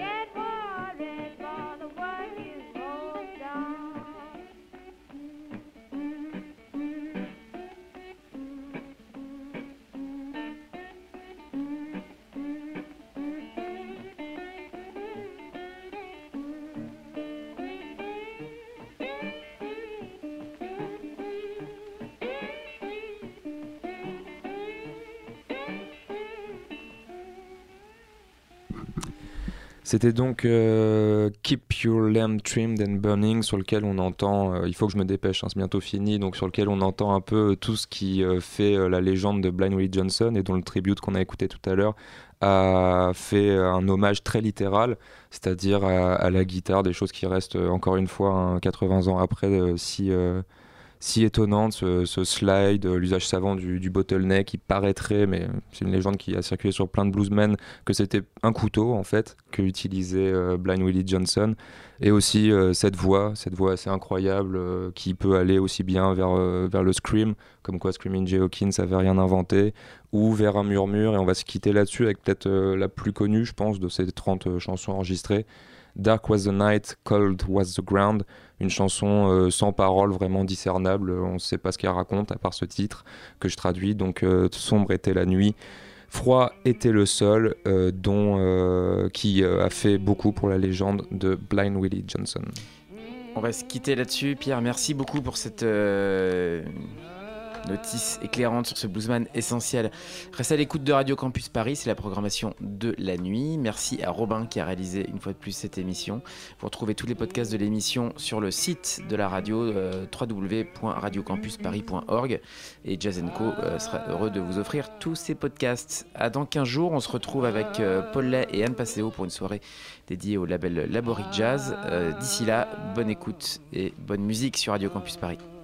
C'était donc Keep Your Lamp Trimmed and Burning, sur lequel on entend, il faut que je me dépêche, hein, c'est bientôt fini, donc sur lequel on entend un peu tout ce qui fait la légende de Blind Willie Johnson, et dont le tribute qu'on a écouté tout à l'heure a fait un hommage très littéral, c'est-à-dire à la guitare, des choses qui restent encore une fois 80 ans après si étonnante, ce slide, l'usage savant du bottleneck. Il paraîtrait, mais c'est une légende qui a circulé sur plein de bluesmen, que c'était un couteau en fait que utilisait Blind Willie Johnson, et aussi cette voix assez incroyable qui peut aller aussi bien vers le scream, comme quoi Screaming Jay Hawkins avait rien inventé, ou vers un murmure. Et on va se quitter là-dessus avec peut-être la plus connue, je pense, de ces 30 chansons enregistrées, Dark Was the Night, Cold Was the Ground, une chanson sans paroles, vraiment discernable, on ne sait pas ce qu'elle raconte à part ce titre que je traduis, donc sombre était la nuit, froid était le sol, qui a fait beaucoup pour la légende de Blind Willie Johnson. On va se quitter là-dessus. Pierre, merci beaucoup pour cette notice éclairante sur ce bluesman essentiel. Reste à l'écoute de Radio Campus Paris, c'est la programmation de la nuit. Merci à Robin qui a réalisé une fois de plus cette émission. Vous retrouvez tous les podcasts de l'émission sur le site de la radio, www.radiocampusparis.org, et Jazz & Co sera heureux de vous offrir tous ces podcasts. À dans 15 jours, on se retrouve avec Paul Lay et Anne Passeo pour une soirée dédiée au label Laborie Jazz. D'ici là, bonne écoute et bonne musique sur Radio Campus Paris.